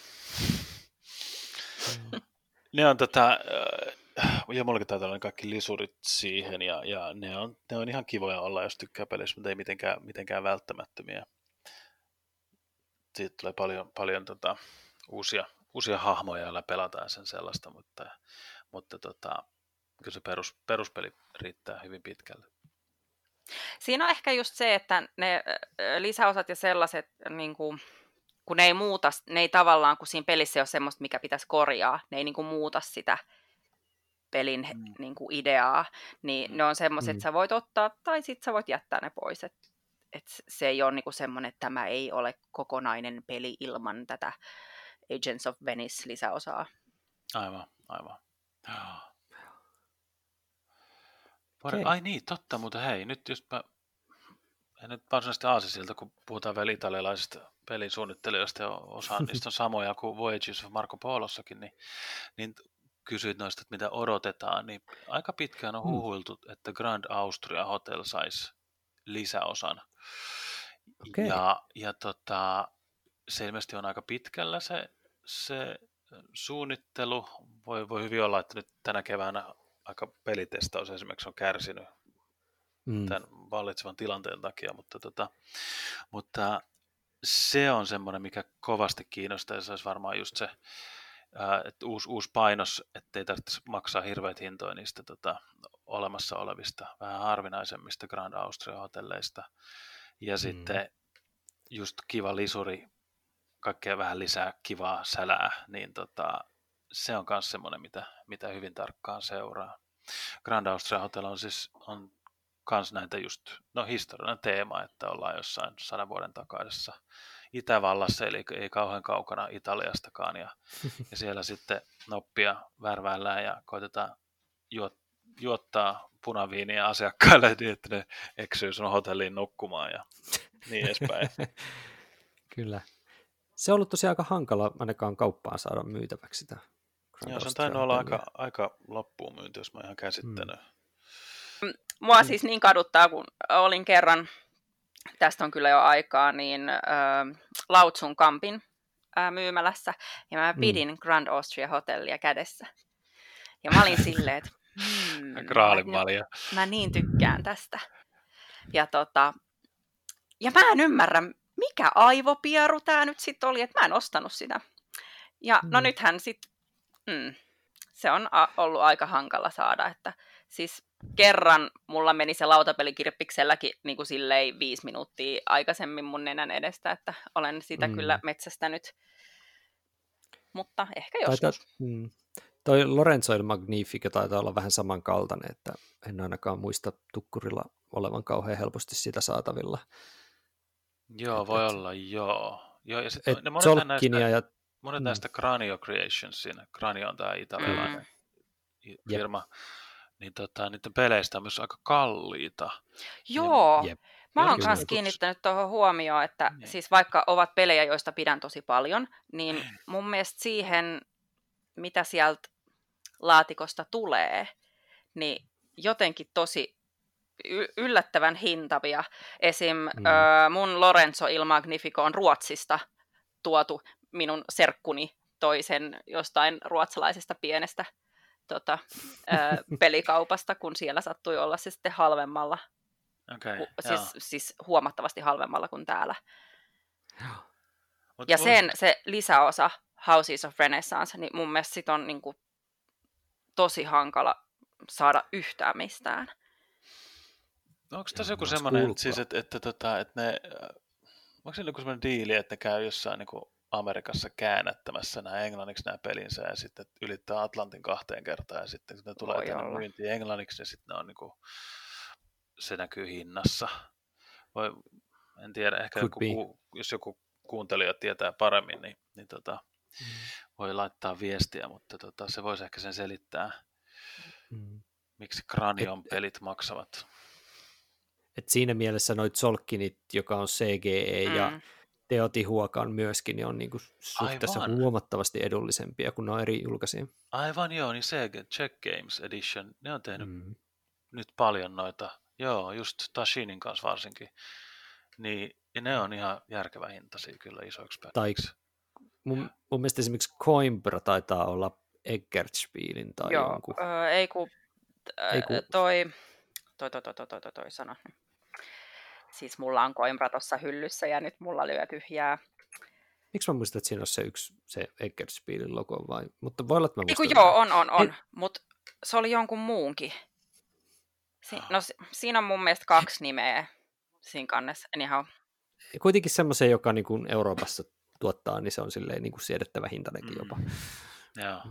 Ne on ja mullakin taitaa olla kaikki lisurit siihen, ja ne on ihan kivoja olla, jos tykkää pelissä, mutta ei mitenkään välttämättömiä. Siitä tulee paljon uusia hahmoja, joilla pelataan sen sellaista, mutta kyllä se peruspeli riittää hyvin pitkälle. Siinä on ehkä just se, että ne lisäosat ja sellaiset, niin kuin, kun ne ei muuta, ne ei tavallaan, kun siinä pelissä ei ole semmoista, mikä pitäisi korjaa, ne ei niin kuin muuta sitä pelin niin kuin ideaa, niin ne on semmoiset, että sä voit ottaa tai sitten sä voit jättää ne pois. Et se ei ole niin kuin semmoinen, että tämä ei ole kokonainen peli ilman tätä Agents of Venice-lisäosaa. Aivan. Ai niin, totta, mutta hei, nyt just en nyt varsinaisesti aasisilta, kun puhutaan vielä italialaisista pelisuunnittelijoista, ja osa niistä on samoja kuin Voyages of Marco Polossakin, niin kysyit noista, että mitä odotetaan, niin aika pitkään on huhuiltu, että Grand Austria Hotel saisi lisäosan. Okay. Ja se ilmeisesti on aika pitkällä se suunnittelu. Voi hyvin olla, että nyt tänä keväänä aika pelitestaus esimerkiksi on kärsinyt tämän vallitsevan tilanteen takia, mutta se on semmoinen, mikä kovasti kiinnostaa, ja se olisi varmaan just se, että uusi painos, ettei tarvitse maksaa hirveät hintoja niistä olemassa olevista, vähän harvinaisemmista Grand Austria-hotelleista, ja sitten just kiva lisuri, kaikkea vähän lisää kivaa sälää, niin se on myös semmoinen, mitä hyvin tarkkaan seuraa. Grand Austria Hotel on siis kans näitä just, historiallinen teema, että ollaan jossain 100 vuoden takaisessa Itävallassa, eli ei kauhean kaukana Italiastakaan, ja siellä sitten noppia värväillään ja koitetaan juottaa punaviiniä asiakkaille niin, että ne eksyy sun hotelliin nukkumaan ja niin edespäin. Kyllä. Se on ollut tosiaan aika hankala ainakaan kauppaan saada myytäväksi sitä. Joo, se on tainnut olla aika loppuun myynti, jos mä ihan käsittänyt. Mua siis niin kaduttaa, kun olin kerran, tästä on kyllä jo aikaa, niin Lautsun Kampin myymälässä, ja mä pidin Grand Austria Hotellia kädessä. Ja mä olin silleen, että mä niin tykkään tästä. Ja mä en ymmärrä, mikä aivopieru tää nyt sitten oli, että mä en ostanut sitä. Ja no nythän sitten, se on ollut aika hankala saada, että siis kerran mulla meni se lautapelikirppikselläkin niin kuin silleen 5 minuuttia aikaisemmin mun nenän edestä, että olen sitä kyllä metsästänyt, mutta ehkä joskus. Toi Lorenzo il Magnifico taitaa olla vähän samankaltainen, että en ainakaan muista tukkurilla olevan kauhean helposti sitä saatavilla. Joo, voi olla, joo. Ja sitten monet näistä Cranio Creationsin, Cranio on tämä italialainen firma, niin niiden peleistä on myös aika kalliita. Joo, mä oon kanssa kiinnittänyt tuohon huomioon, että siis vaikka ovat pelejä, joista pidän tosi paljon, niin mun mielestä siihen, mitä sieltä laatikosta tulee, niin jotenkin tosi yllättävän hintavia. Esim. Mun Lorenzo il Magnifico on Ruotsista tuotu, minun serkkuni toisen jostain ruotsalaisesta pienestä pelikaupasta, kun siellä sattui olla se sitten halvemmalla. Okay, siis huomattavasti halvemmalla kuin täällä. Ja se lisäosa, Houses of Renaissance, niin mun mielestä sit on niinku tosi hankala saada yhtään mistään. Onko tässä joku semmoinen, siis, että ne, onko se joku semmoinen diili, että ne käy jossain niin kuin Amerikassa käännättämässä nämä englanniksi nämä pelinsä ja sitten ylittää Atlantin 2 kertaa ja sitten kun ne tulee tänne myyntiin englanniksi, niin sitten ne on niin kuin, se näkyy hinnassa. En tiedä, ehkä jos joku kuuntelija tietää paremmin, niin voi laittaa viestiä, mutta se voisi ehkä sen selittää, miksi Cranion pelit maksavat. Et siinä mielessä noit Solkkinit, joka on CGE ja Teotihuacan myöskin, niin on niinku suhteessa huomattavasti edullisempia, kun ne on eri julkaisia. Aivan joo, niin CG, Check Games Edition, ne on tehnyt nyt paljon noita, joo, just Tashinin kanssa varsinkin, niin ja ne on ihan järkevä hintaisia kyllä isoiksi peliksi. Tai mun mielestä esimerkiksi Coimbra taitaa olla Eggertspielin tai jonkun. Toi sano. Siis mulla on Coimbra tuossa hyllyssä ja nyt mulla lyö tyhjää. Miksi mä muistan, että siinä on se Eggertspielin logo vai? Mutta voi olla, että mä muistan. Joo, on. Mutta se oli jonkun muunkin. Siinä on mun mielestä 2 nimeä siinä kannessa. Anyhow. Kuitenkin semmoisen, joka niin kuin Euroopassa tuottaa, niin se on silleen niin kuin siedettävä hintainenkin jopa. Joo.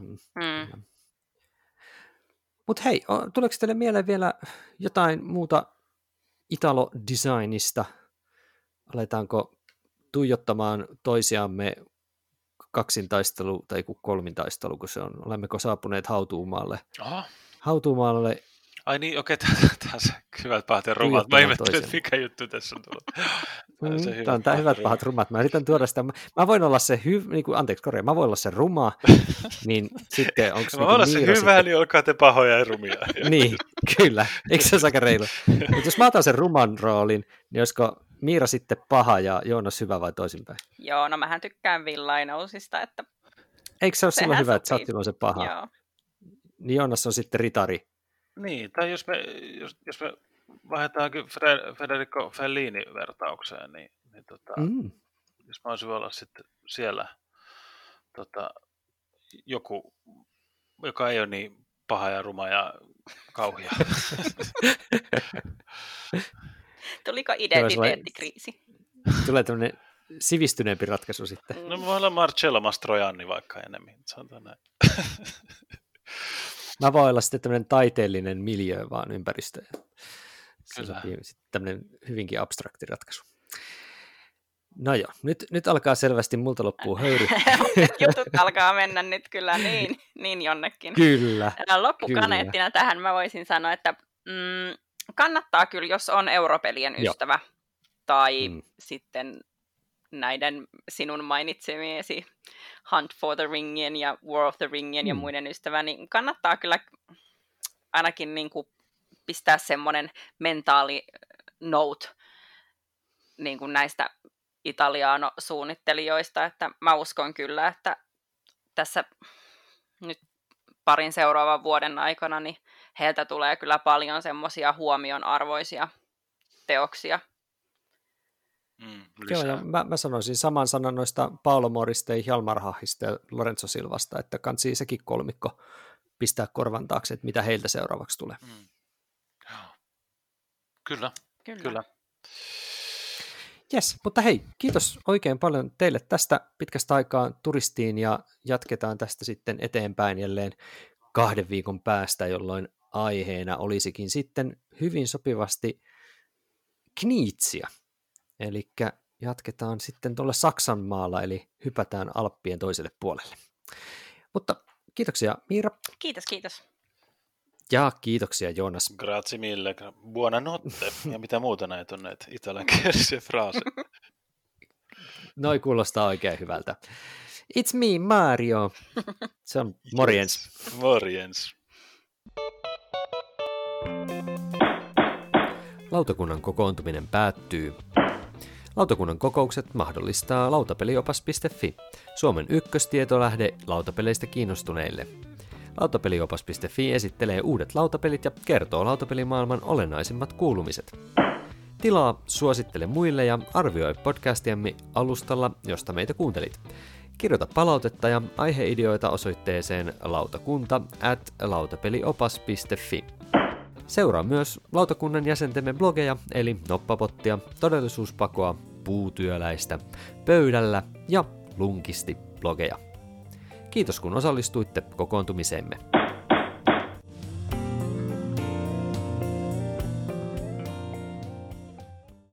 Mutta hei, tuleeko teille mieleen vielä jotain muuta Italo-designista? Aletaanko tuijottamaan toisiamme kaksintaistelu tai kolmintaistelu, kun se on? Olemmeko saapuneet hautuumaalle? Aha. Hautuumaalle. Ai niin, okei, tässä hyvät pahat ja rumat. Mä ihmettelin, että mikä juttu tässä on tullut. Tämä on hyvät pahat rumat. Mä yritän tuoda sitä. Mä voin olla se mä voin olla se ruma, niin sitten onko mä voin olla se hyvä, sitten... niin olkaa te pahoja ja rumia. Niin, kyllä. Eikö se ole aika reilu? Mutta jos mä otan sen ruman roolin, niin olisiko Miira sitten paha ja Joonas hyvä vai toisinpäin? Joo, no mähän tykkään villainousista, että eikö se ole silloin hyvä, että sä oot silloin se paha? Joo. Niin Joonas on sitten ritari. Niin, tai jos me vaihdetaan Federico Fellini-vertaukseen, niin jos mä olisin olla sitten siellä joku, joka ei ole niin paha ja ruma ja kauhia. Tuliko identiteettikriisi? Tulee tämmöinen sivistyneempi ratkaisu sitten. No mä voin olla Marcello Mastroianni vaikka enemmän. Sanotaan näin. Mä voin olla sitten tämmöinen taiteellinen miljöö vaan ympäristö. Se sopii sitten tämmöinen hyvinkin abstrakti ratkaisu. No joo, nyt alkaa selvästi, multa loppuu höyry. Jutut alkaa mennä nyt kyllä niin jonnekin. Kyllä. Loppukaneettina tähän mä voisin sanoa, että kannattaa kyllä, jos on europelien ystävä, tai sitten näiden sinun mainitsemiesi Hunt for the Ringien ja War of the Ringien ja muiden ystävä, niin kannattaa kyllä ainakin niin kuin pistää semmoinen mentaali note niin kuin näistä Italiano-suunnittelijoista, että mä uskon kyllä, että tässä nyt parin seuraavan vuoden aikana niin heiltä tulee kyllä paljon semmoisia huomionarvoisia teoksia. Joo, ja mä sanoisin saman sanan noista Paolo Morista, Hjalmar Hahista ja Lorenzo Silvasta, että kansi sekin kolmikko pistää korvan taakse, että mitä heiltä seuraavaksi tulee. Kyllä. Jes, mutta hei, kiitos oikein paljon teille tästä pitkästä aikaa turistiin ja jatketaan tästä sitten eteenpäin jälleen 2 viikon päästä, jolloin aiheena olisikin sitten hyvin sopivasti Kniitsia. Eli jatketaan sitten tuolla Saksan maalla, eli hypätään Alppien toiselle puolelle. Mutta kiitoksia Miira. Kiitos. Ja kiitoksia Joonas. Grazie mille. Buonanotte. Ja mitä muuta näitä on näitä italiankielisiä fraaseja? Noi kuulostaa oikein hyvältä. It's me, Mario. Se on morjens. Morjens. Lautakunnan kokoontuminen päättyy. Lautakunnan kokoukset mahdollistaa lautapeliopas.fi, Suomen ykköstietolähde lautapeleistä kiinnostuneille. Lautapeliopas.fi esittelee uudet lautapelit ja kertoo lautapelimaailman olennaisimmat kuulumiset. Tilaa, suosittele muille ja arvioi podcastiamme alustalla, josta meitä kuuntelit. Kirjoita palautetta ja aiheideoita osoitteeseen lautakunta@lautapeliopas.fi. Seuraa myös lautakunnan jäsentemme blogeja, eli Noppapottia, Todellisuuspakoa, Puutyöläistä, Pöydällä ja Lunkisti blogeja. Kiitos kun osallistuitte kokoontumiseemme.